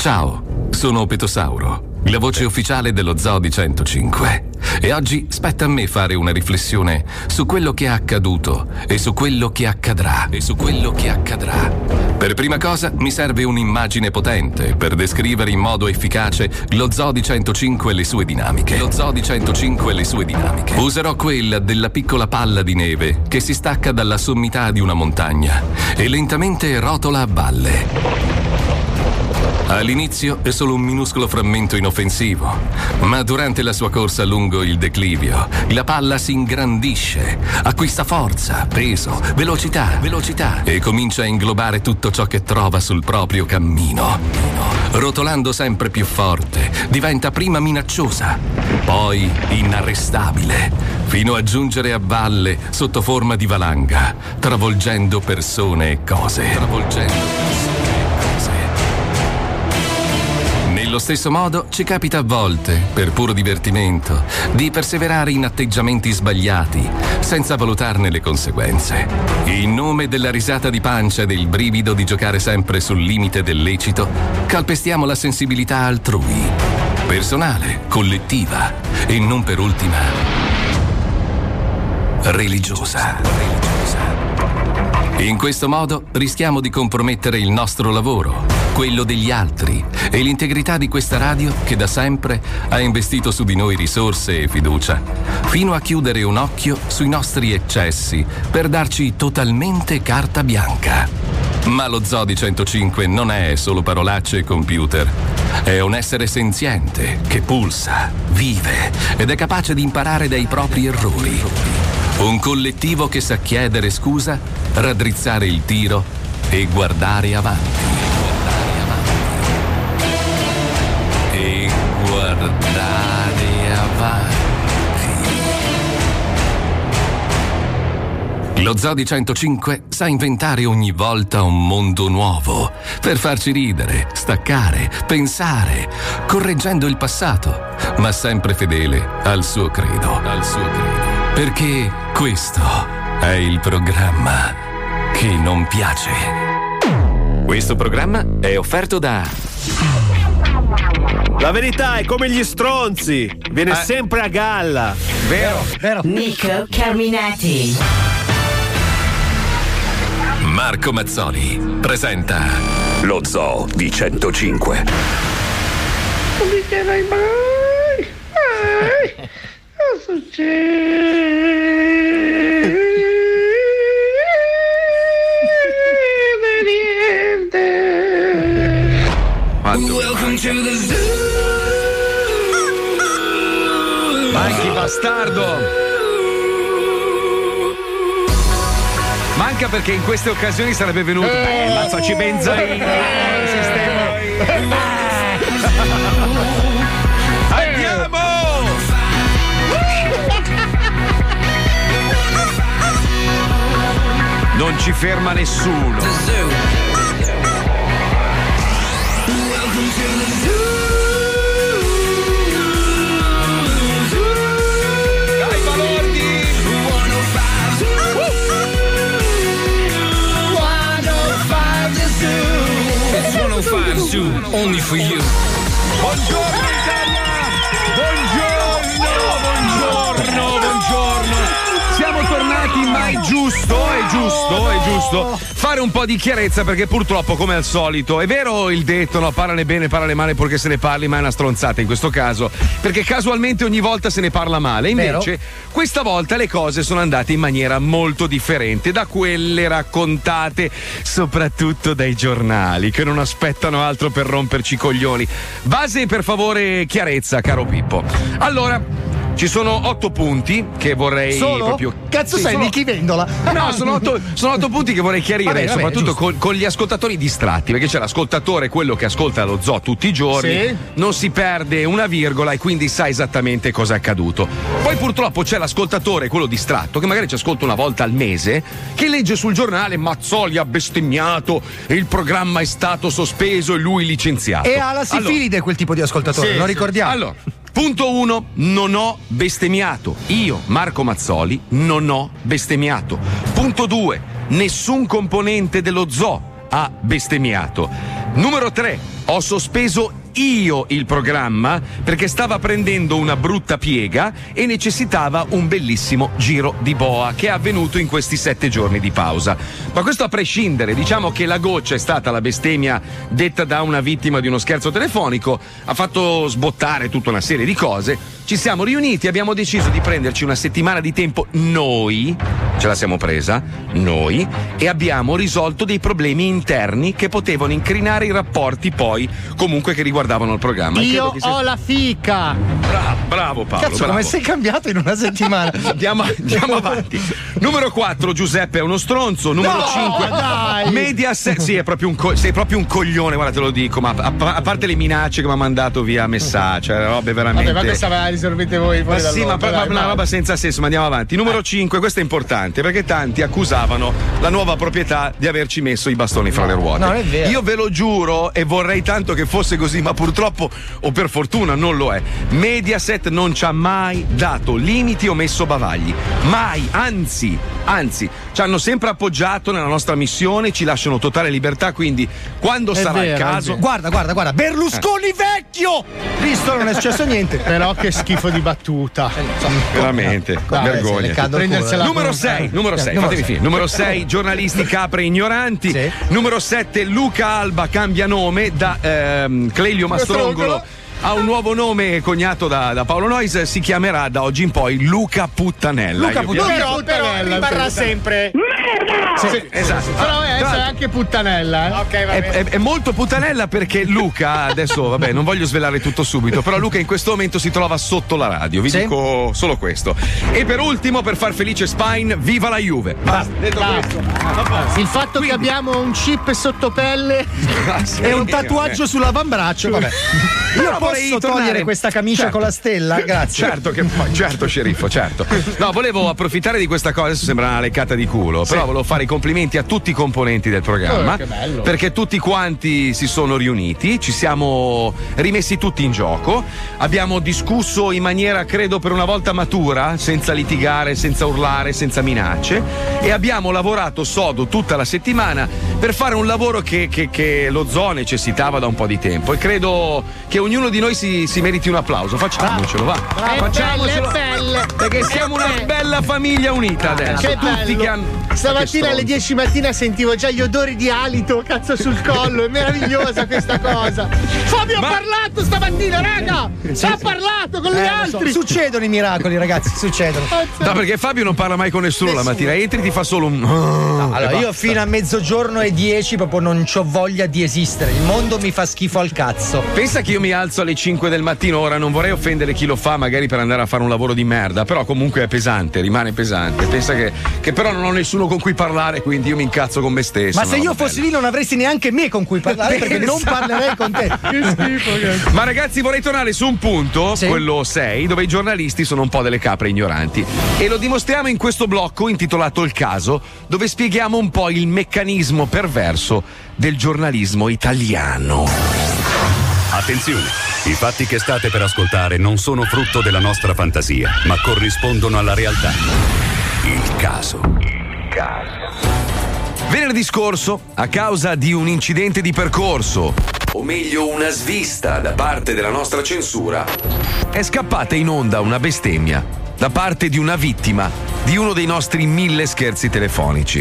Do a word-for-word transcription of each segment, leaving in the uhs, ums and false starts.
Ciao, sono Petosauro, la voce ufficiale dello Zoo di centocinque. E oggi spetta a me fare una riflessione su quello che è accaduto e su quello che accadrà e su quello che accadrà. Per prima cosa mi serve un'immagine potente per descrivere in modo efficace lo Zoo di centocinque e le sue dinamiche. Lo Zoo di centocinque e le sue dinamiche. Userò quella della piccola palla di neve che si stacca dalla sommità di una montagna e lentamente rotola a valle. All'inizio è solo un minuscolo frammento inoffensivo, ma durante la sua corsa lungo il declivio, la palla si ingrandisce, acquista forza, peso, velocità, velocità e comincia a inglobare tutto ciò che trova sul proprio cammino. Rotolando sempre più forte, diventa prima minacciosa, poi inarrestabile, fino a giungere a valle sotto forma di valanga, travolgendo persone e cose. Travolgendo persone. Nello stesso modo ci capita a volte, per puro divertimento, di perseverare in atteggiamenti sbagliati, senza valutarne le conseguenze. In nome della risata di pancia e del brivido di giocare sempre sul limite del lecito, calpestiamo la sensibilità altrui, personale, collettiva e non per ultima, religiosa. In questo modo rischiamo di compromettere il nostro lavoro, quello degli altri e l'integrità di questa radio che da sempre ha investito su di noi risorse e fiducia, fino a chiudere un occhio sui nostri eccessi per darci totalmente carta bianca. Ma lo Zoo di centocinque non è solo parolacce e computer. È un essere senziente che pulsa, vive ed è capace di imparare dai propri errori. Un collettivo che sa chiedere scusa, raddrizzare il tiro e guardare avanti. E guardare avanti. Lo Zoo di centocinque sa inventare ogni volta un mondo nuovo per farci ridere, staccare, pensare, correggendo il passato, ma sempre fedele al suo credo, al suo credo. Perché questo è il programma che non piace. Questo programma è offerto da... La verità è come gli stronzi, viene eh. sempre a galla. Vero, vero. Nico Carminati. Marco Mazzoli presenta lo Zoo di centocinque. Non mi chiederai mai, mai, cosa succede? Niente. Welcome to the zoo. Manchi bastardo. Manca perché in queste occasioni sarebbe venuto. Beh, mazzaci benzaina. Sistema. Andiamo! Non ci ferma nessuno. Dai balordi! centocinque Zoo, only for you. Buongiorno Italia! Buongiorno, buongiorno, buongiorno. Siamo tornati, ma è giusto, è giusto, è giusto fare un po' di chiarezza perché purtroppo, come al solito, è vero il detto, no? Parlane bene, parlane male purché se ne parli, ma è una stronzata in questo caso, perché casualmente ogni volta se ne parla male. Invece, vero? Questa volta le cose sono andate in maniera molto differente da quelle raccontate soprattutto dai giornali, che non aspettano altro per romperci i coglioni. Base, per favore, chiarezza, caro Pippo. Allora, ci sono otto punti che vorrei Solo? proprio. Cazzo, sì, sei sono... Nichi Vendola. No, sono otto, sono otto punti che vorrei chiarire, vabbè, vabbè, soprattutto con, con gli ascoltatori distratti, perché c'è l'ascoltatore, quello che ascolta lo Zoo tutti i giorni, sì. Non si perde una virgola e quindi sa esattamente cosa è accaduto. Poi purtroppo c'è l'ascoltatore, quello distratto, che magari ci ascolta una volta al mese, che legge sul giornale Mazzoli ha bestemmiato, il programma è stato sospeso e lui licenziato. E ha la sifilide allora, quel tipo di ascoltatore, sì, lo ricordiamo. Allora, punto uno, non ho bestemmiato. Io, Marco Mazzoli, non ho bestemmiato. Punto due, nessun componente dello Zoo ha bestemmiato. Numero tre, ho sospeso io il programma perché stava prendendo una brutta piega e necessitava un bellissimo giro di boa che è avvenuto in questi sette giorni di pausa. Ma questo a prescindere, diciamo che la goccia è stata la bestemmia detta da una vittima di uno scherzo telefonico, ha fatto sbottare tutta una serie di cose. Ci siamo riuniti, abbiamo deciso di prenderci una settimana di tempo noi, ce la siamo presa, noi, e abbiamo risolto dei problemi interni che potevano incrinare i rapporti poi comunque che riguardavano il programma. Io sei... ho la fica. Bravo, bravo Paolo. Cazzo, bravo. come sei cambiato in una settimana? andiamo, andiamo avanti. Numero quattro, Giuseppe è uno stronzo. Numero no, cinque, dai. Mediaset. Sì, è proprio un co- sei proprio un coglione, guarda, te lo dico. Ma a, a parte le minacce che mi ha mandato via messaggio, cioè, robe veramente. Vabbè, ma questa ve la risolvete voi. Ma sì, ma, ma una roba senza senso, ma andiamo avanti. Numero cinque, questo è importante perché tanti accusavano la nuova proprietà di averci messo i bastoni fra le ruote. No, non è vero. Io ve lo giuro e vorrei tanto che fosse così, ma purtroppo o per fortuna non lo è. Mediaset non ci ha mai dato limiti o messo bavagli. Mai, anzi, anzi, ci hanno sempre appoggiato nella nostra missione, ci lasciano totale libertà, quindi quando È sarà vero, il è caso. vero. Guarda, guarda, guarda, Berlusconi vecchio! Visto, non è successo niente. Però che schifo di battuta. Veramente, Dai, vergogna. se le cado il Prendersela culo, eh. Numero sei, numero sei, numero fatemi sei. finire. Numero sei, giornalisti capre ignoranti. Sì. Numero sette, Luca Alba cambia nome da ehm, Clelio Mastrongolo ha un nuovo nome cognato da, da Paolo Noyes, si chiamerà da oggi in poi Luca Puttanella. Luca Io Puttanella. Però, però rimarrà sempre. Sì, sì, esatto. Però è Tra- anche puttanella. Eh? Ok, va È, bene. è- è molto puttanella perché Luca, adesso vabbè, non voglio svelare tutto subito, però Luca in questo momento si trova sotto la radio, vi Sì. dico solo questo. E per ultimo, per far felice Spine, viva la Juve. Basta, detto questo. Il fatto che abbiamo un chip sottopelle E un tatuaggio sull'avambraccio, vabbè. Io Però vorrei posso tornare- togliere questa camicia Certo. con la stella? Grazie. Certo che puoi, certo sceriffo, certo. No, volevo approfittare di questa cosa, adesso sembra una leccata di culo, però volevo fare i complimenti a tutti i componenti del programma, Oh, che bello. perché tutti quanti si sono riuniti, ci siamo rimessi tutti in gioco, abbiamo discusso in maniera credo per una volta matura, senza litigare, senza urlare, senza minacce, e abbiamo lavorato sodo tutta la settimana per fare un lavoro che, che- che lo zoo necessitava da un po' di tempo, e credo che ognuno di noi si, si meriti un applauso. Facciamocelo, va. è Facciamocelo. belle, è belle. Perché siamo una bella famiglia unita adesso. Che tutti bello. che hanno. Stamattina Che alle dieci mattina sentivo già gli odori di alito, cazzo sul collo, è meravigliosa questa cosa. Fabio Ma- ha parlato stamattina, raga! Ha parlato con gli Eh, lo so. altri! Succedono i miracoli, ragazzi, succedono. No, perché Fabio non parla mai con nessuno, la mattina. Entri, ti fa solo un. Allora, io fino a mezzogiorno e dieci proprio non c'ho voglia di esistere. Il mondo mi fa schifo al cazzo. Pensa che io mi alzo alle cinque del mattino, ora non vorrei offendere chi lo fa, magari per andare a fare un lavoro di merda, però comunque è pesante, rimane pesante. Pensa che, che però non ho nessuno con cui parlare, quindi io mi incazzo con me stesso. Ma se una io roba fossi bella. lì non avresti neanche me con cui parlare, perché non parlerei con te. Che schifo, che... Ma ragazzi, vorrei tornare su un punto, Sì. quello sei, dove i giornalisti sono un po' delle capre ignoranti. E lo dimostriamo in questo blocco intitolato Il caso, dove spieghiamo un po' il meccanismo perverso del giornalismo italiano. Attenzione, i fatti che state per ascoltare non sono frutto della nostra fantasia, ma corrispondono alla realtà. Il caso. Il caso. Venerdì scorso, a causa di un incidente di percorso, o meglio una svista da parte della nostra censura, è scappata in onda una bestemmia da parte di una vittima di uno dei nostri mille scherzi telefonici.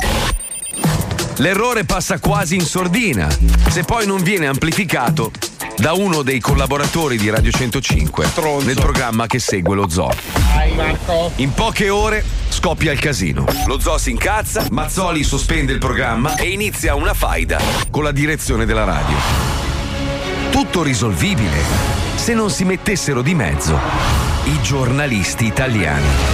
L'errore passa quasi in sordina, se poi non viene amplificato da uno dei collaboratori di Radio centocinque nel programma che segue lo zoo. Dai, Marco. In poche ore scoppia il casino. Lo zoo si incazza, Mazzoli sospende il programma e inizia una faida con la direzione della radio. Tutto risolvibile se non si mettessero di mezzo i giornalisti italiani.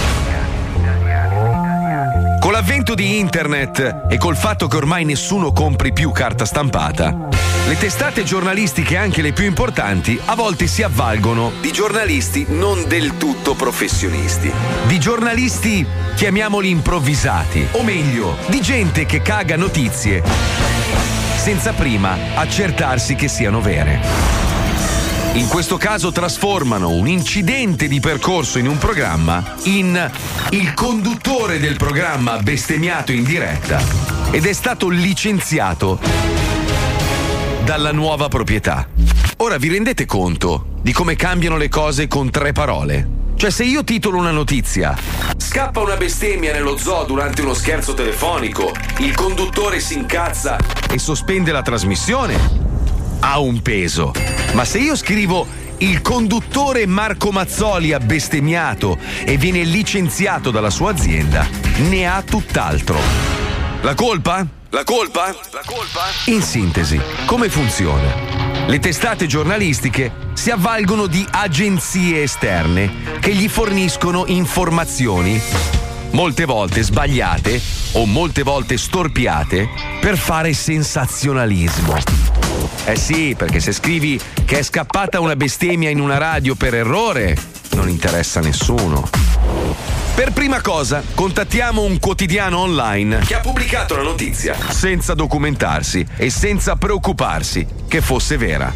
Con l'avvento di internet e col fatto che ormai nessuno compri più carta stampata, le testate giornalistiche, anche le più importanti, a volte si avvalgono di giornalisti non del tutto professionisti. Di giornalisti, chiamiamoli improvvisati, o meglio, di gente che caga notizie senza prima accertarsi che siano vere. In questo caso trasformano un incidente di percorso in un programma in il conduttore del programma bestemmiato in diretta ed è stato licenziato dalla nuova proprietà. Ora vi rendete conto di come cambiano le cose con tre parole? Cioè, se io titolo una notizia: scappa una bestemmia nello zoo durante uno scherzo telefonico, il conduttore si incazza e sospende la trasmissione, ha un peso. Ma se io scrivo: il conduttore Marco Mazzoli ha bestemmiato e viene licenziato dalla sua azienda, ne ha tutt'altro. La colpa? La colpa? La colpa? In sintesi, come funziona? Le testate giornalistiche si avvalgono di agenzie esterne che gli forniscono informazioni, molte volte sbagliate o molte volte storpiate, per fare sensazionalismo. Eh sì, perché se scrivi che è scappata una bestemmia in una radio per errore, non interessa a nessuno. Per prima cosa, contattiamo un quotidiano online che ha pubblicato la notizia senza documentarsi e senza preoccuparsi che fosse vera.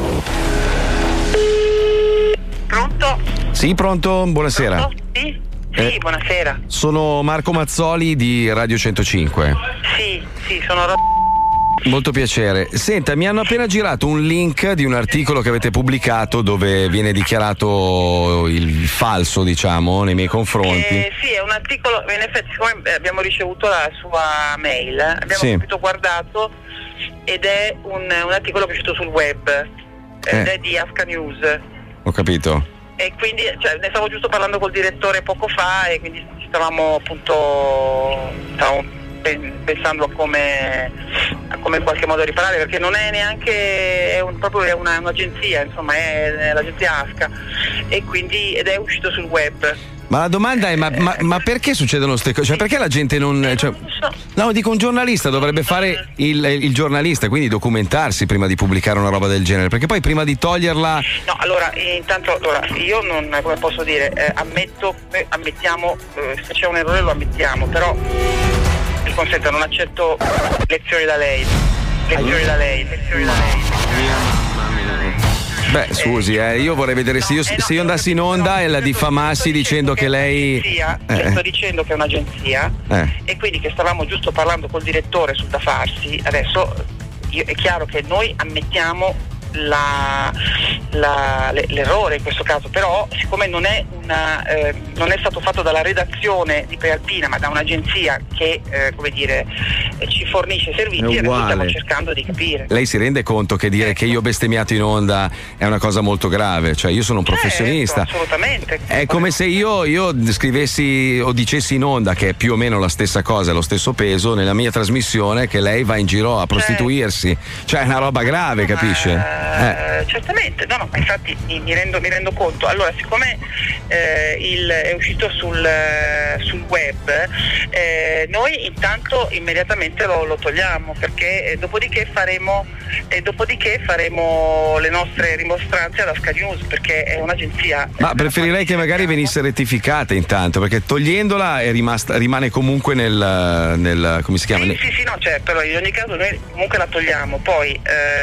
Pronto? Sì, pronto? Buonasera. Pronto? Sì? Sì, Eh, buonasera. Sono Marco Mazzoli di Radio centocinque. Sì, sì, sono Ro- Molto piacere. Senta, mi hanno appena girato un link di un articolo che avete pubblicato dove viene dichiarato il falso, diciamo, nei miei confronti. Eh, sì, è un articolo, in effetti siccome abbiamo ricevuto la sua mail, abbiamo Sì. subito guardato ed è un, un articolo che è uscito sul web, ed Eh. è di Asca News. Ho capito. E quindi cioè, ne stavo giusto parlando col direttore poco fa e quindi stavamo appunto stavamo pensando a come a come in qualche modo riparare, perché non è neanche è un, proprio è una, un'agenzia, insomma è, è l'agenzia Asca, e quindi ed è uscito sul web. Ma la domanda è: ma, ma, ma perché succedono queste cose? Cioè, perché la gente non. Cioè, no, dico, un giornalista dovrebbe fare il, il giornalista, quindi documentarsi prima di pubblicare una roba del genere, perché poi prima di toglierla. No, allora, intanto allora, io non, come posso dire, eh, ammetto, eh, ammettiamo, eh, se c'è un errore lo ammettiamo, però mi consenta, non accetto lezioni da lei, lezioni da lei, lezioni da lei. Beh, scusi, eh, io vorrei vedere se io, se io andassi in onda e la diffamassi dicendo che lei. Sia, eh. Sto dicendo che è un'agenzia Eh. e quindi che stavamo giusto parlando col direttore sul da farsi. Adesso io, è chiaro che noi ammettiamo la, la, l'errore in questo caso, però siccome non è una eh, non è stato fatto dalla redazione di Prealpina ma da un'agenzia che eh, come dire eh, ci fornisce servizi, adesso uguale. stiamo cercando di capire. Lei si rende conto che dire che io ho bestemmiato in onda è una cosa molto grave? Cioè, io sono un professionista. Certo, assolutamente. È come se io, io scrivessi o dicessi in onda, che è più o meno la stessa cosa, lo stesso peso, nella mia trasmissione, che lei va in giro a prostituirsi. Cioè, è una roba grave, capisce? Eh, certamente, no, no, ma infatti mi, mi, rendo, mi rendo conto. Allora, siccome eh, il, è uscito sul, sul web, eh, noi intanto immediatamente lo, lo togliamo, perché eh, dopodiché faremo e dopodiché faremo le nostre rimostranze alla Sky News, perché è un'agenzia. Ma preferirei che magari venisse rettificata intanto, perché togliendola è rimasta, rimane comunque nel, nel come si chiama? Sì, sì, sì, no, certo, allora in ogni caso noi comunque la togliamo, poi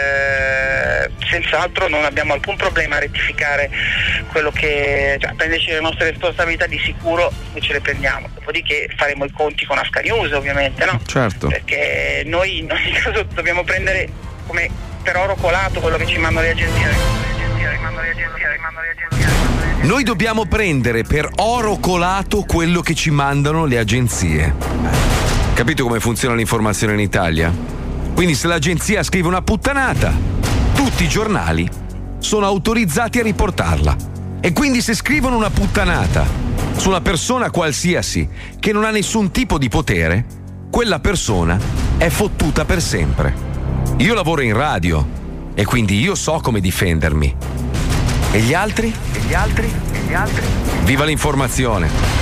eh, senz'altro non abbiamo alcun problema a rettificare quello che, cioè a prenderci le nostre responsabilità, di sicuro noi ce le prendiamo, dopodiché faremo i conti con Asca News, ovviamente, no? Certo. Perché noi in ogni caso dobbiamo prendere come per oro colato quello che ci mandano le agenzie, le agenzie, rimando le agenzie, rimando le agenzie. Noi dobbiamo prendere per oro colato quello che ci mandano le agenzie. Capito come funziona l'informazione in Italia? Quindi se l'agenzia scrive una puttanata, tutti i giornali sono autorizzati a riportarla. E quindi se scrivono una puttanata su una persona qualsiasi che non ha nessun tipo di potere, quella persona è fottuta per sempre. Io lavoro in radio e quindi io so come difendermi. E gli altri? E gli altri? E gli altri? Viva l'informazione!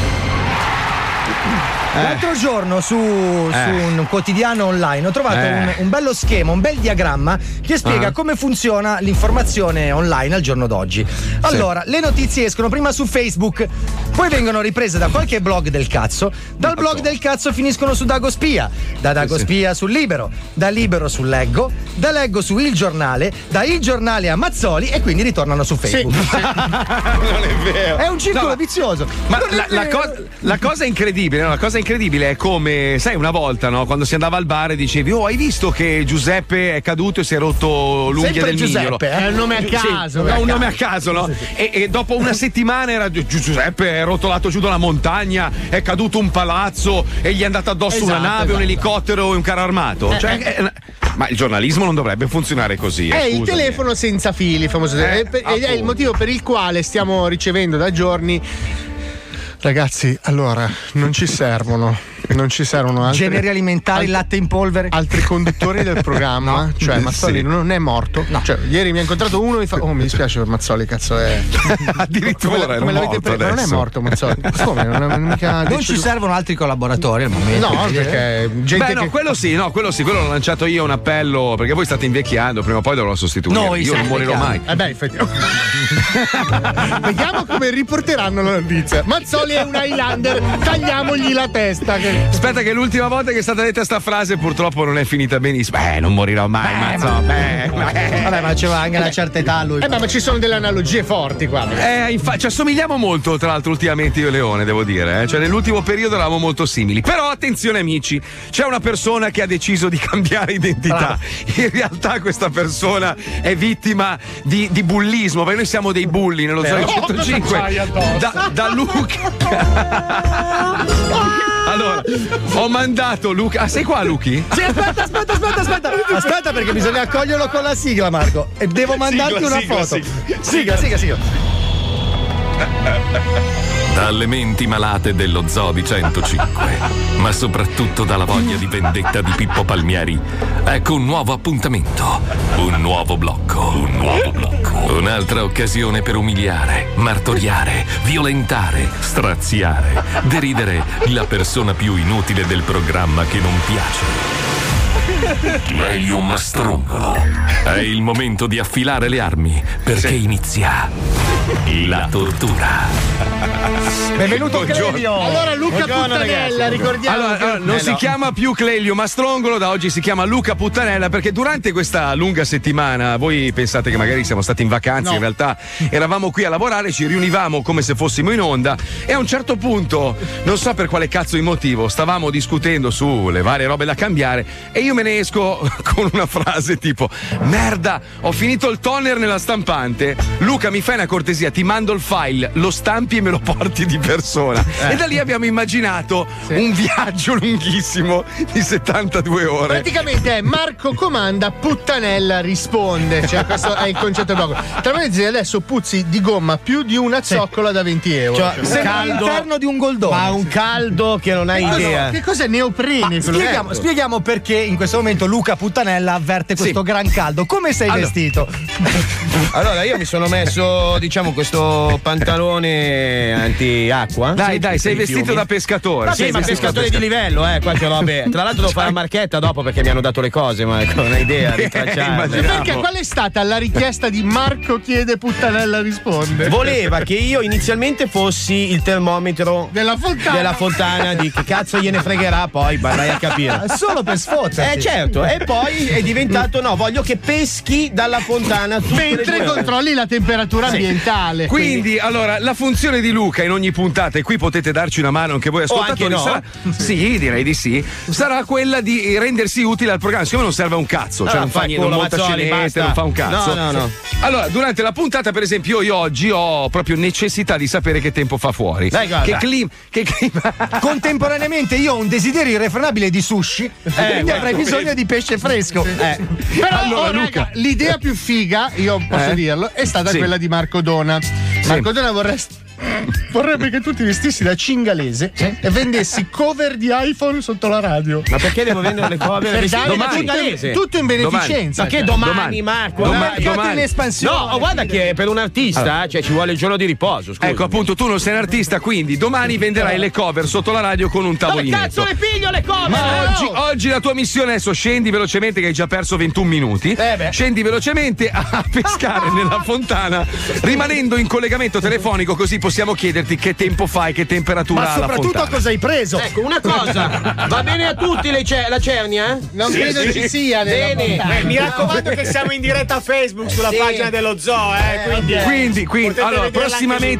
L'altro giorno su, Eh. su un quotidiano online ho trovato Eh. un, un bello schema, un bel diagramma che spiega Ah. come funziona l'informazione online al giorno d'oggi. Allora, le notizie escono prima su Facebook, poi vengono riprese da qualche blog del cazzo, dal blog del cazzo finiscono su Dagospia, da Dagospia sul Libero, da Libero su Leggo, da Leggo su Il Giornale, da Il Giornale a Mazzoli e quindi ritornano su Facebook. Non è vero. È un circolo No, ma- vizioso. Ma Non è la, la vero. cosa, la cosa incredibile, no? La cosa incredibile incredibile è come, sai, una volta, no? Quando si andava al bar e dicevi, oh, hai visto che Giuseppe è caduto e si è rotto l'unghia Sempre del Giuseppe, mignolo? eh? È un nome a caso. Sì, no, un nome a caso, no? E, e dopo una settimana era Giuseppe è rotolato giù dalla montagna, è caduto un palazzo e gli è andata addosso Esatto, una nave, esatto. un elicottero e un carro armato. Eh, Cioè, eh. eh, ma il giornalismo non dovrebbe funzionare così. È eh, il scusami. telefono senza fili, famoso. Eh, È per- ed è il motivo per il quale stiamo ricevendo da giorni. Ragazzi, allora, non ci servono. Non ci servono altri generi alimentari, altri, latte in polvere, altri conduttori del programma. No. Cioè, Mazzoli Sì. non è morto. No. Cioè, ieri mi ha incontrato uno e mi fa: oh, mi dispiace per Mazzoli, cazzo è. Addirittura come, è come l'avete morto preso? Ma non è adesso. morto Mazzoli. Come? Non, è mica non deciso- ci servono altri collaboratori al momento. No, perché gente Beh, no, che. quello sì, no, quello sì, quello l'ho lanciato io un appello perché voi state invecchiando, prima o poi dovrò sostituire. Noi io non stiamo morirò mai. invecchiando. Eh beh, effettivamente. Vediamo come riporteranno la notizia. Mazzoli è un Highlander, tagliamogli la testa. Che... Aspetta, che l'ultima volta che è stata detta sta frase purtroppo non è finita benissimo. Beh, non morirò mai, Beh, mazzo. Beh, beh. Vabbè, ma c'era anche una certa età lui. Eh beh, ma ci sono delle analogie forti qua. Eh, infatti, ci assomigliamo molto, tra l'altro, ultimamente io e Leone, devo dire. Eh? Cioè, nell'ultimo periodo eravamo molto simili. Però, attenzione, amici, c'è una persona che ha deciso di cambiare identità. In realtà, questa persona è vittima di, di bullismo, perché noi siamo dei bulli nello zero centocinque. Da, da Luca. Allora, ho mandato Luca. Ah, sei qua, Luchi? Sì, aspetta, aspetta, aspetta, aspetta. Aspetta, perché bisogna accoglierlo con la sigla, Marco. E devo mandarti Sigla, una sigla, foto. sigla. Sigla, sigla, sigla. Dalle menti malate dello Zoo di centocinque, ma soprattutto dalla voglia di vendetta di Pippo Palmieri, ecco un nuovo appuntamento, un nuovo blocco, un nuovo blocco, un'altra occasione per umiliare, martoriare, violentare, straziare, deridere la persona più inutile del programma che non piace. Lei un mastrongolo. È il momento di affilare le armi, perché inizia la tortura. Benvenuto Buongiorno. Clelio. Allora, Luca Buongiorno, Puttanella, ragazzi. ricordiamo. Allora, che- allora, non Eh, si no. chiama più Clelio Mastrongolo, da oggi si chiama Luca Puttanella, perché durante questa lunga settimana voi pensate che magari siamo stati in vacanza, No. in realtà eravamo qui a lavorare, ci riunivamo come se fossimo in onda e a un certo punto, non so per quale cazzo di motivo, stavamo discutendo sulle varie robe da cambiare e io me ne esco con una frase tipo: merda, ho finito il toner nella stampante, Luca mi fai una cortesia, ti mando il file, lo stampi e me lo porti di persona. E da lì abbiamo immaginato un viaggio lunghissimo di settantadue ore. Praticamente è Marco comanda, Puttanella risponde. Cioè, questo è il concetto del blocco. Tra parentesi, adesso puzzi di gomma più di una zoccola da venti euro. Cioè, Sembra caldo, all'interno di un goldone. ma un caldo che non hai Ma no, idea. che cos'è neoprene? Spieghiamo, spieghiamo perché in questo momento Luca Puttanella avverte questo Sì. gran caldo. Come sei Allora. vestito? Allora, io mi sono messo, diciamo, questo pantalone anti-acqua. Dai, Sì, dai, sei per i vestito fiumi. da pescatore. Sì, sei ma vestito da pescatore di livello, eh, qualche robe. Tra l'altro devo fare la marchetta dopo perché mi hanno dato le cose, ma ecco, non hai idea, ritracciare. immaginavo. Perché qual è stata la richiesta di Marco chiede, Puttanella risponde? Voleva che io inizialmente fossi il termometro Della fontana. della fontana, di che cazzo gliene fregherà, poi vai a capire. Solo per sforzarti. Eh certo, e poi è diventato no, voglio che peschi dalla fontana tutte le Mentre due ore. controlli la temperatura ambientale. Quindi, allora, la funzione di Luca in ogni puntata, e qui potete darci una mano anche voi ascoltatori, anche no? sarà, sì, direi di sì, sarà quella di rendersi utile al programma, siccome non serve a un cazzo, cioè Ah, non fa fai niente, non culo, monta Mazzoli, scenette, basta. non fa un cazzo. No, no, no. Allora, durante la puntata, per esempio, io oggi ho proprio necessità di sapere che tempo fa fuori. Dai, guarda. che clima, che clima. Contemporaneamente io ho un desiderio irrefrenabile di sushi, quindi avrei bisogno di pesce fresco. Eh, Però Allora, oh, Luca. raga, l'idea più figa, io posso Eh? dirlo, è stata Sì. quella di Marco Dona. Marco Dona vorresti- vorrebbe che tu ti vestissi da cingalese e vendessi cover di iPhone sotto la radio. ma perché devo vendere le cover? Per dare domani. tutto, Cingalese? tutto in beneficenza. Ma che cioè. domani, Domani. Marco? Domani. Dai. Mercato domani. in espansione. No, oh, guarda che per un artista cioè, ci vuole il giorno di riposo. Scusa. Ecco, appunto, tu non sei un artista, quindi domani venderai le cover sotto la radio con un Dove tavolinetto. cazzo le piglio le cover? Ma Oh! oggi, oggi la tua missione è adesso scendi velocemente che hai già perso ventuno minuti. Eh beh. Scendi velocemente a pescare nella fontana, rimanendo in collegamento telefonico, così possiamo chiederti che tempo fai, che temperatura Ma ha la soprattutto fontana. cosa hai preso? Ecco, una cosa, va bene a tutti le ce- la cernia? Non credo ci sia nella Bene. fontana. Eh, mi raccomando che siamo in diretta a Facebook sulla Sì. pagina dello zoo, eh, quindi, Quindi, quindi potete allora, vederla prossimamente,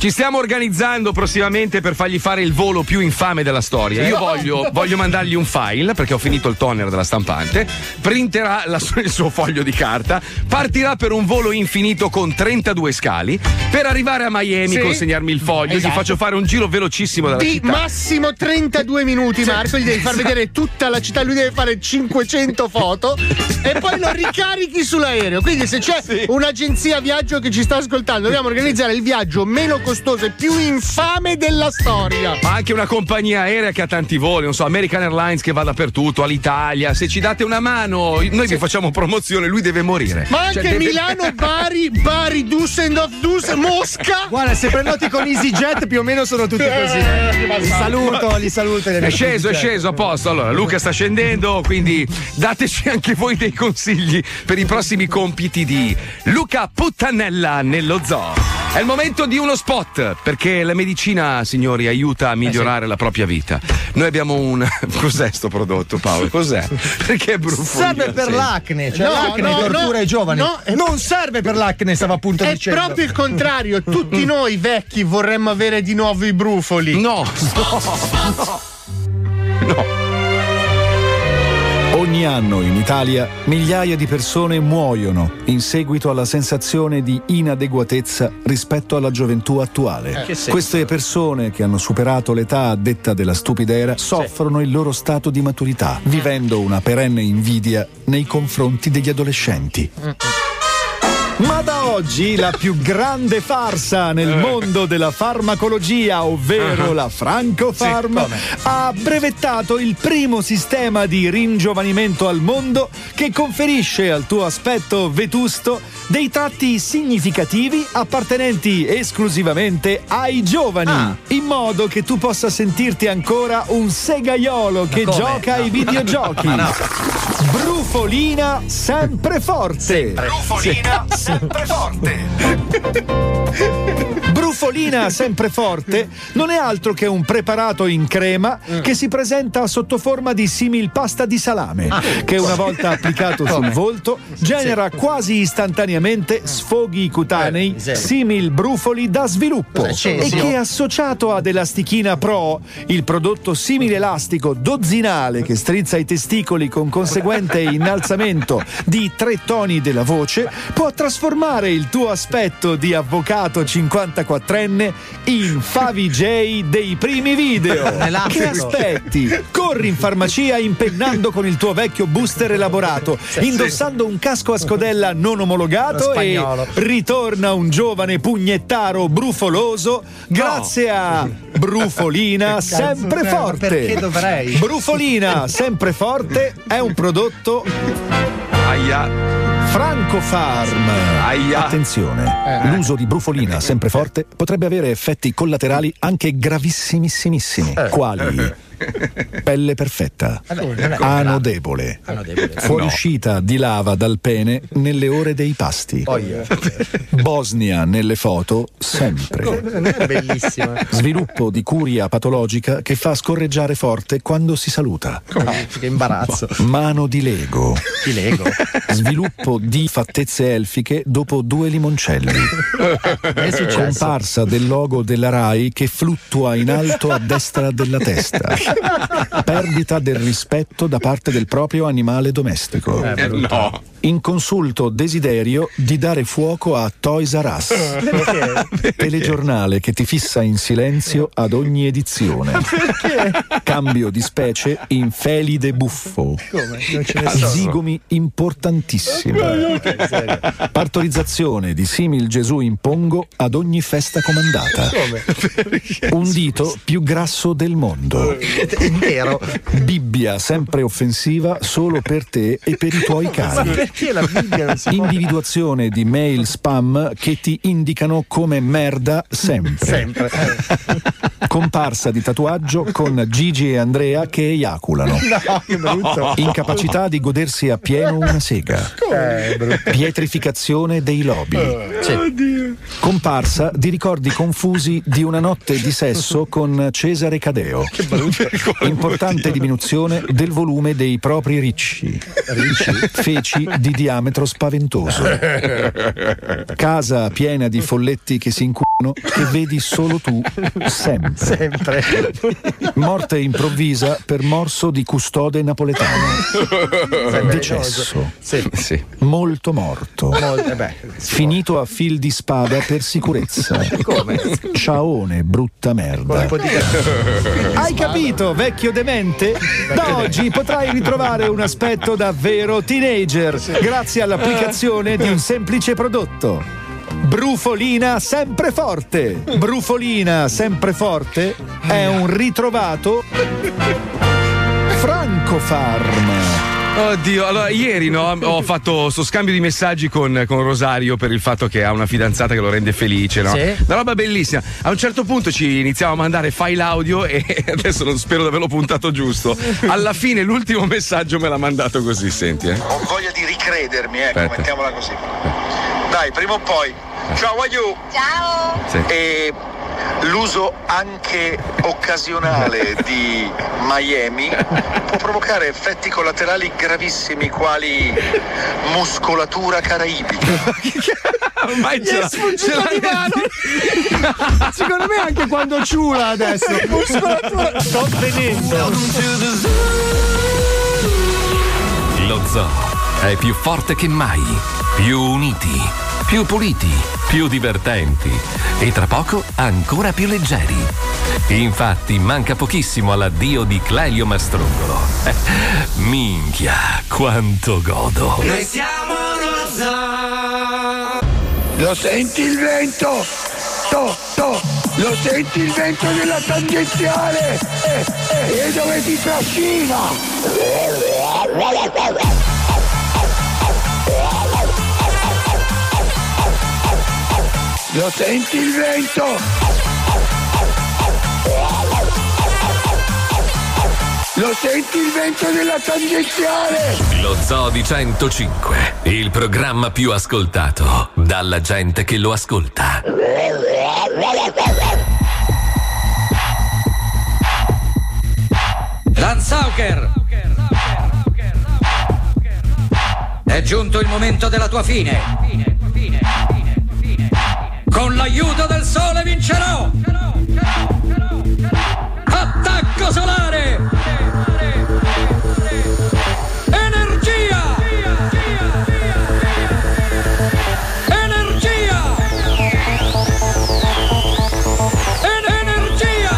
Ci stiamo organizzando prossimamente per fargli fare il volo più infame della storia. Io voglio, voglio mandargli un file perché ho finito il toner della stampante. Printerà la, il suo foglio di carta, partirà per un volo infinito con trentadue scali per arrivare a Miami, Sì. consegnarmi il foglio. Esatto. Gli faccio fare un giro velocissimo dalla Di città. massimo trentadue minuti, Marco. Gli devi far vedere tutta la città. Lui deve fare cinquecento foto e poi lo ricarichi sull'aereo. Quindi, se c'è un'agenzia viaggio che ci sta ascoltando, dobbiamo organizzare il viaggio meno costoso e più infame della storia. Ma anche una compagnia aerea che ha tanti voli, non so, American Airlines che va dappertutto, all'Italia. Se ci date una mano, noi vi facciamo promozione, lui deve morire. Ma anche Cioè, deve- Milano, Bari, Bari, Düsseldorf, Düsseldorf, Mosca. Guarda, se prenoti con EasyJet più o meno sono tutti così. Li saluto, li saluto. È sceso, è sceso, a posto. Allora, Luca sta scendendo, quindi dateci anche voi dei consigli per i prossimi compiti di Luca Puttanella nello zoo. È il momento di uno spot, perché la medicina, signori, aiuta a migliorare la propria vita. Noi abbiamo un... Cos'è sto prodotto, Paolo? Cos'è? Perché è bruffolina? Serve per Sì. l'acne, cioè No, l'acne no, tortura no, i giovani. no, è- non serve per l'acne, stavo appunto È dicendo. proprio il contrario. Tutti noi vecchi vorremmo avere di nuovo i brufoli. No, Ogni anno in Italia migliaia di persone muoiono in seguito alla sensazione di inadeguatezza rispetto alla gioventù attuale. Eh, che senso? Queste persone che hanno superato l'età a detta della stupida era soffrono il loro stato di maturità, vivendo una perenne invidia nei confronti degli adolescenti. Ma da oggi la più grande farsa nel mondo della farmacologia, ovvero la Francofarm, Sì, come? ha brevettato il primo sistema di ringiovanimento al mondo che conferisce al tuo aspetto vetusto dei tratti significativi appartenenti esclusivamente ai giovani, Ah. in modo che tu possa sentirti ancora un segaiolo che come? gioca ai No. videogiochi. Ma no. Brufolina sempre forte. Brufolina sempre forte. Brufolina sempre forte non è altro che un preparato in crema che si presenta sotto forma di similpasta di salame, che una volta applicato sul volto genera quasi istantaneamente sfoghi cutanei Eh, sì. simil brufoli da sviluppo, Sì, e sì. che associato ad Elastichina Pro, il prodotto simile elastico dozzinale che strizza i testicoli con conseguente innalzamento di tre toni della voce, può trasformare il tuo aspetto di avvocato cinquantaquattrenne in Favij dei primi video. Elastico. Che aspetti? Corri in farmacia impennando con il tuo vecchio booster elaborato, indossando un casco a scodella non omologato Lo e spagnolo. ritorna un giovane pugnettaro brufoloso grazie a Brufolina sempre ma forte. perché dovrei? Brufolina sempre forte è un prodotto aia. Francofarm. Aia. Attenzione, l'uso di Brufolina sempre forte potrebbe avere effetti collaterali anche gravissimissimissimi, quali pelle perfetta, ano debole, fuoriuscita di lava dal pene nelle ore dei pasti, Bosnia nelle foto sempre, Bellissimo. sviluppo di curia patologica che fa scorreggiare forte quando si saluta, No, che imbarazzo. mano di Lego, Ti lego. sviluppo di fattezze elfiche dopo due limoncelli, È successo. comparsa del logo della Rai che fluttua in alto a destra della testa, perdita del rispetto da parte del proprio animale domestico, Eh, no. inconsulto desiderio di dare fuoco a Toys R Us, telegiornale che ti fissa in silenzio ad ogni edizione, cambio di specie in Felide buffo, Come? Non ce ne sono. zigomi importantissimi, partorizzazione di simil Gesù in pongo ad ogni festa comandata, un dito più grasso del mondo, È vero. Bibbia sempre offensiva solo per te e per i tuoi Ma cari, perché la Bibbia non si può? individuazione di mail spam che ti indicano come merda sempre, Sempre. comparsa di tatuaggio con Gigi e Andrea che eiaculano, No, che brutto. incapacità di godersi appieno una sega, Eh, brutto. pietrificazione dei lobi, comparsa di ricordi confusi di una notte di sesso con Cesare Cadeo, importante diminuzione del volume dei propri ricci, feci di diametro spaventoso, casa piena di folletti che si inculano che vedi solo tu sempre. Sempre. Morte improvvisa per morso di custode napoletano. Decesso. Sì. Sì. Molto morto. Mol- eh beh, Finito a fil di spada per sicurezza. Come? Ciaone, brutta merda. Hai capito, vecchio demente? Da oggi potrai ritrovare un aspetto davvero teenager grazie all'applicazione di un semplice prodotto. Brufolina sempre forte. Brufolina sempre forte è un ritrovato Francofarm. Oddio, allora ieri no, ho fatto sto scambio di messaggi con, con Rosario per il fatto che ha una fidanzata che lo rende felice, no? Sì. Una roba bellissima. A un certo punto ci iniziamo a mandare file audio e adesso non spero di averlo puntato giusto. Alla fine l'ultimo messaggio me l'ha mandato così, senti, eh. Ho voglia di ricredermi, ecco, Aspetta. mettiamola così. Dai, prima o poi. Ciao, Waiu! Ciao! Sì. E l'uso anche occasionale di Miami può provocare effetti collaterali gravissimi quali muscolatura caraibica. Ormai ce l'ha, ce l'ha di mano. Secondo me anche quando ciula adesso. Muscolatura. Sto venendo. Lo Zoo è più forte che mai, più uniti, più puliti, più divertenti e tra poco ancora più leggeri. Infatti manca pochissimo all'addio di Clelio Mastrongolo. Eh, minchia, quanto godo. Noi siamo lo Zoo. Lo senti il vento? To, to. Lo senti il vento della tangenziale? Eh, eh, e dove ti trascina? Lo senti il vento? Lo senti il vento della tangenziale? Lo Zoo di centocinque, il programma più ascoltato dalla gente che lo ascolta. Dan Sauker! È giunto il momento della tua fine. Con l'aiuto del sole vincerò! Attacco solare! Energia! Energia! En- energia!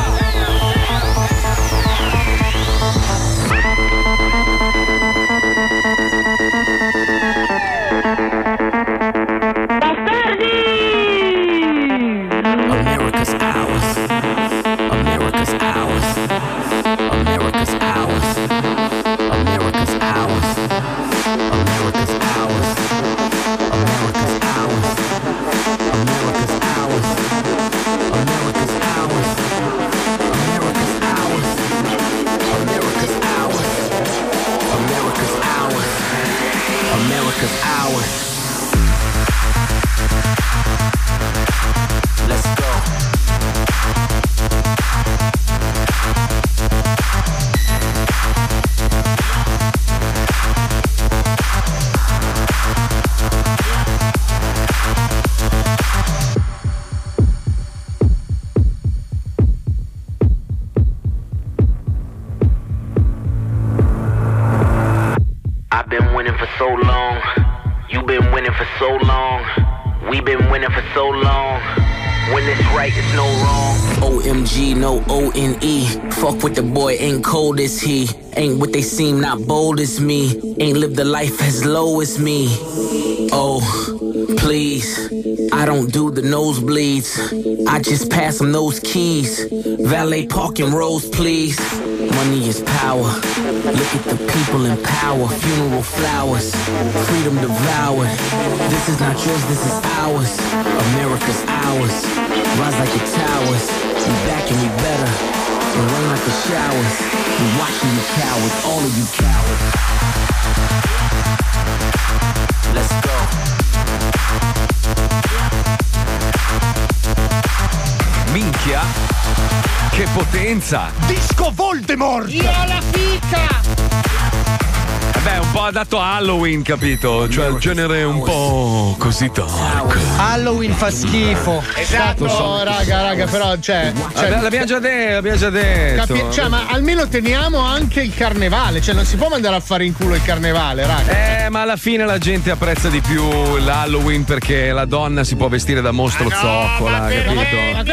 America's ours. America's ours. America's ours. America's ours. America's ours. America's ours. America's ours. America's ours. America's ours. America's ours. America's ours. America's ours. Let's go. I've been winning for so long. You've been winning for so long. We've been winning for so long. When it's right, it's no wrong. O M G, no O N E. Fuck with the boy, ain't cold as he. Ain't what they seem, not bold as me. Ain't lived a life as low as me. Oh, please. I don't do the nosebleeds. I just pass them those keys. Valet parking rows, please. Money is power. Look at the people in power. Funeral flowers. Freedom devoured. This is not yours, this is ours. America's ours. Rise like the towers. We back and we better. And rain like the showers. We watching you cowards. All of you cowards. Let's go. Minchia, che potenza! Disco Voldemort! Io la fica! Beh, un po' adatto a Halloween, capito? Cioè il genere un po' così dark. Halloween fa schifo. Esatto. No, raga, raga, però cioè, cioè Vabbè, l'abbiamo già detto, l'abbiamo già detto. Capi- cioè, ma almeno teniamo anche il carnevale, cioè non si può mandare a fare in culo il carnevale, raga. Eh, ma alla fine la gente apprezza di più l'Halloween perché la donna si può vestire da mostro zoccola, capito? Ma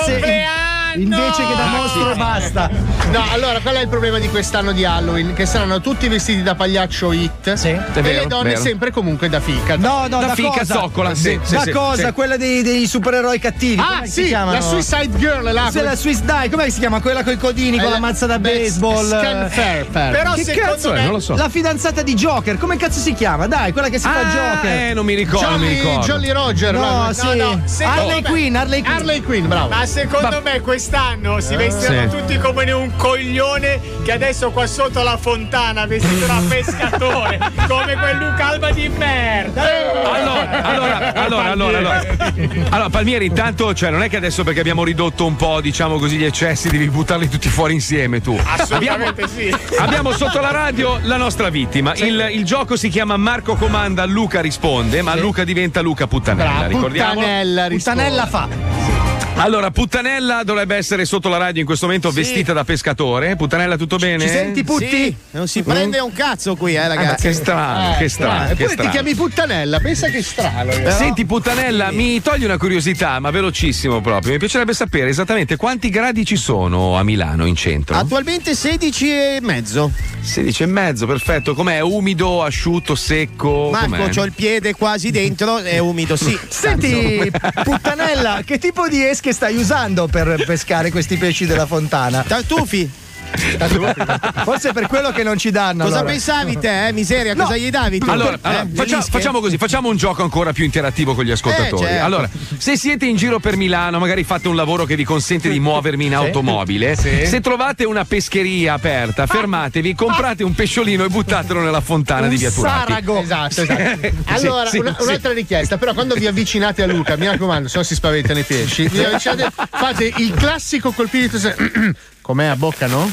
se- invece che da mostro basta. No, allora qual è il problema di quest'anno di Halloween? Che saranno tutti vestiti da pagliaccio hit sì. e vero, le donne vero. sempre comunque da fica. No, no, da, da fica cosa? zoccola, sì, sì, da sì, cosa? sì. Quella dei, dei supereroi cattivi. Ah, come sì, si chiamano? la Suicide Girl là. Sì, la Swiss, dai, com'è che si chiama? Quella coi codini, Eh, con la mazza da beh, baseball. Scan Fairfair. Però che secondo cazzo me è? Non lo so. La fidanzata di Joker, come cazzo si chiama? Dai, quella che si fa Ah, Joker. eh, non mi ricordo, non mi Jolly, ricordo. Jolly Roger. No, là. sì. no, secondo Harley me- Quinn, Harley Quinn. Harley Quinn, bravo. Ma secondo Ma- me quest'anno si vestiranno Sì. tutti come un coglione che adesso qua sotto la fontana vestito da pescatore come quel Luca Alba di merda. Allora, allora, allora, allora, allora. Allora, Palmieri, intanto, cioè, non è che adesso perché abbiamo ridotto un po', diciamo così, gli eccessi, devi buttarli tutti fuori insieme tu. Assolutamente abbiamo, sì. Abbiamo sotto la radio la nostra vittima. Il, il gioco si chiama Marco comanda, Luca risponde, ma Luca diventa Luca Puttanella, Bravo, ricordiamo. Puttanella, risponde. Puttanella fa. Allora, Puttanella dovrebbe essere sotto la radio in questo momento vestita da pescatore. Puttanella, tutto bene? Ci senti, Putti? Sì, non si prende un cazzo qui, eh, ragazzi. Che strano, Eh, che strano. strano. che Eppure ti strano. chiami Puttanella, pensa che strano. eh. Senti Puttanella, mi togli una curiosità, ma velocissimo proprio. Mi piacerebbe sapere esattamente quanti gradi ci sono a Milano in centro. Attualmente sedici e mezzo. sedici e mezzo, perfetto. Com'è? Umido, asciutto, secco? Marco, Com'è? c'ho il piede quasi dentro, è umido, sì. Senti, Puttanella, che tipo di esche stai usando per pescare questi pesci della fontana? Tartufi. Forse è per quello che non ci danno. Cosa allora. pensavi te, eh? Miseria, No. cosa gli davi tu? Allora, Eh, allora, le faccia- lische? facciamo così, facciamo un gioco ancora più interattivo con gli ascoltatori. Eh, certo. Allora, se siete in giro per Milano, magari fate un lavoro che vi consente di muovermi in automobile. Sì. Se trovate una pescheria aperta, fermatevi, comprate un pesciolino e buttatelo nella fontana Un di Via Turati. sarago. Esatto, esatto. Allora, sì, una- sì. un'altra richiesta, però quando vi avvicinate a Luca, mi raccomando, se no si spaventano i pesci, vi avvicinate, fate il classico colpito. Com'è a bocca, no?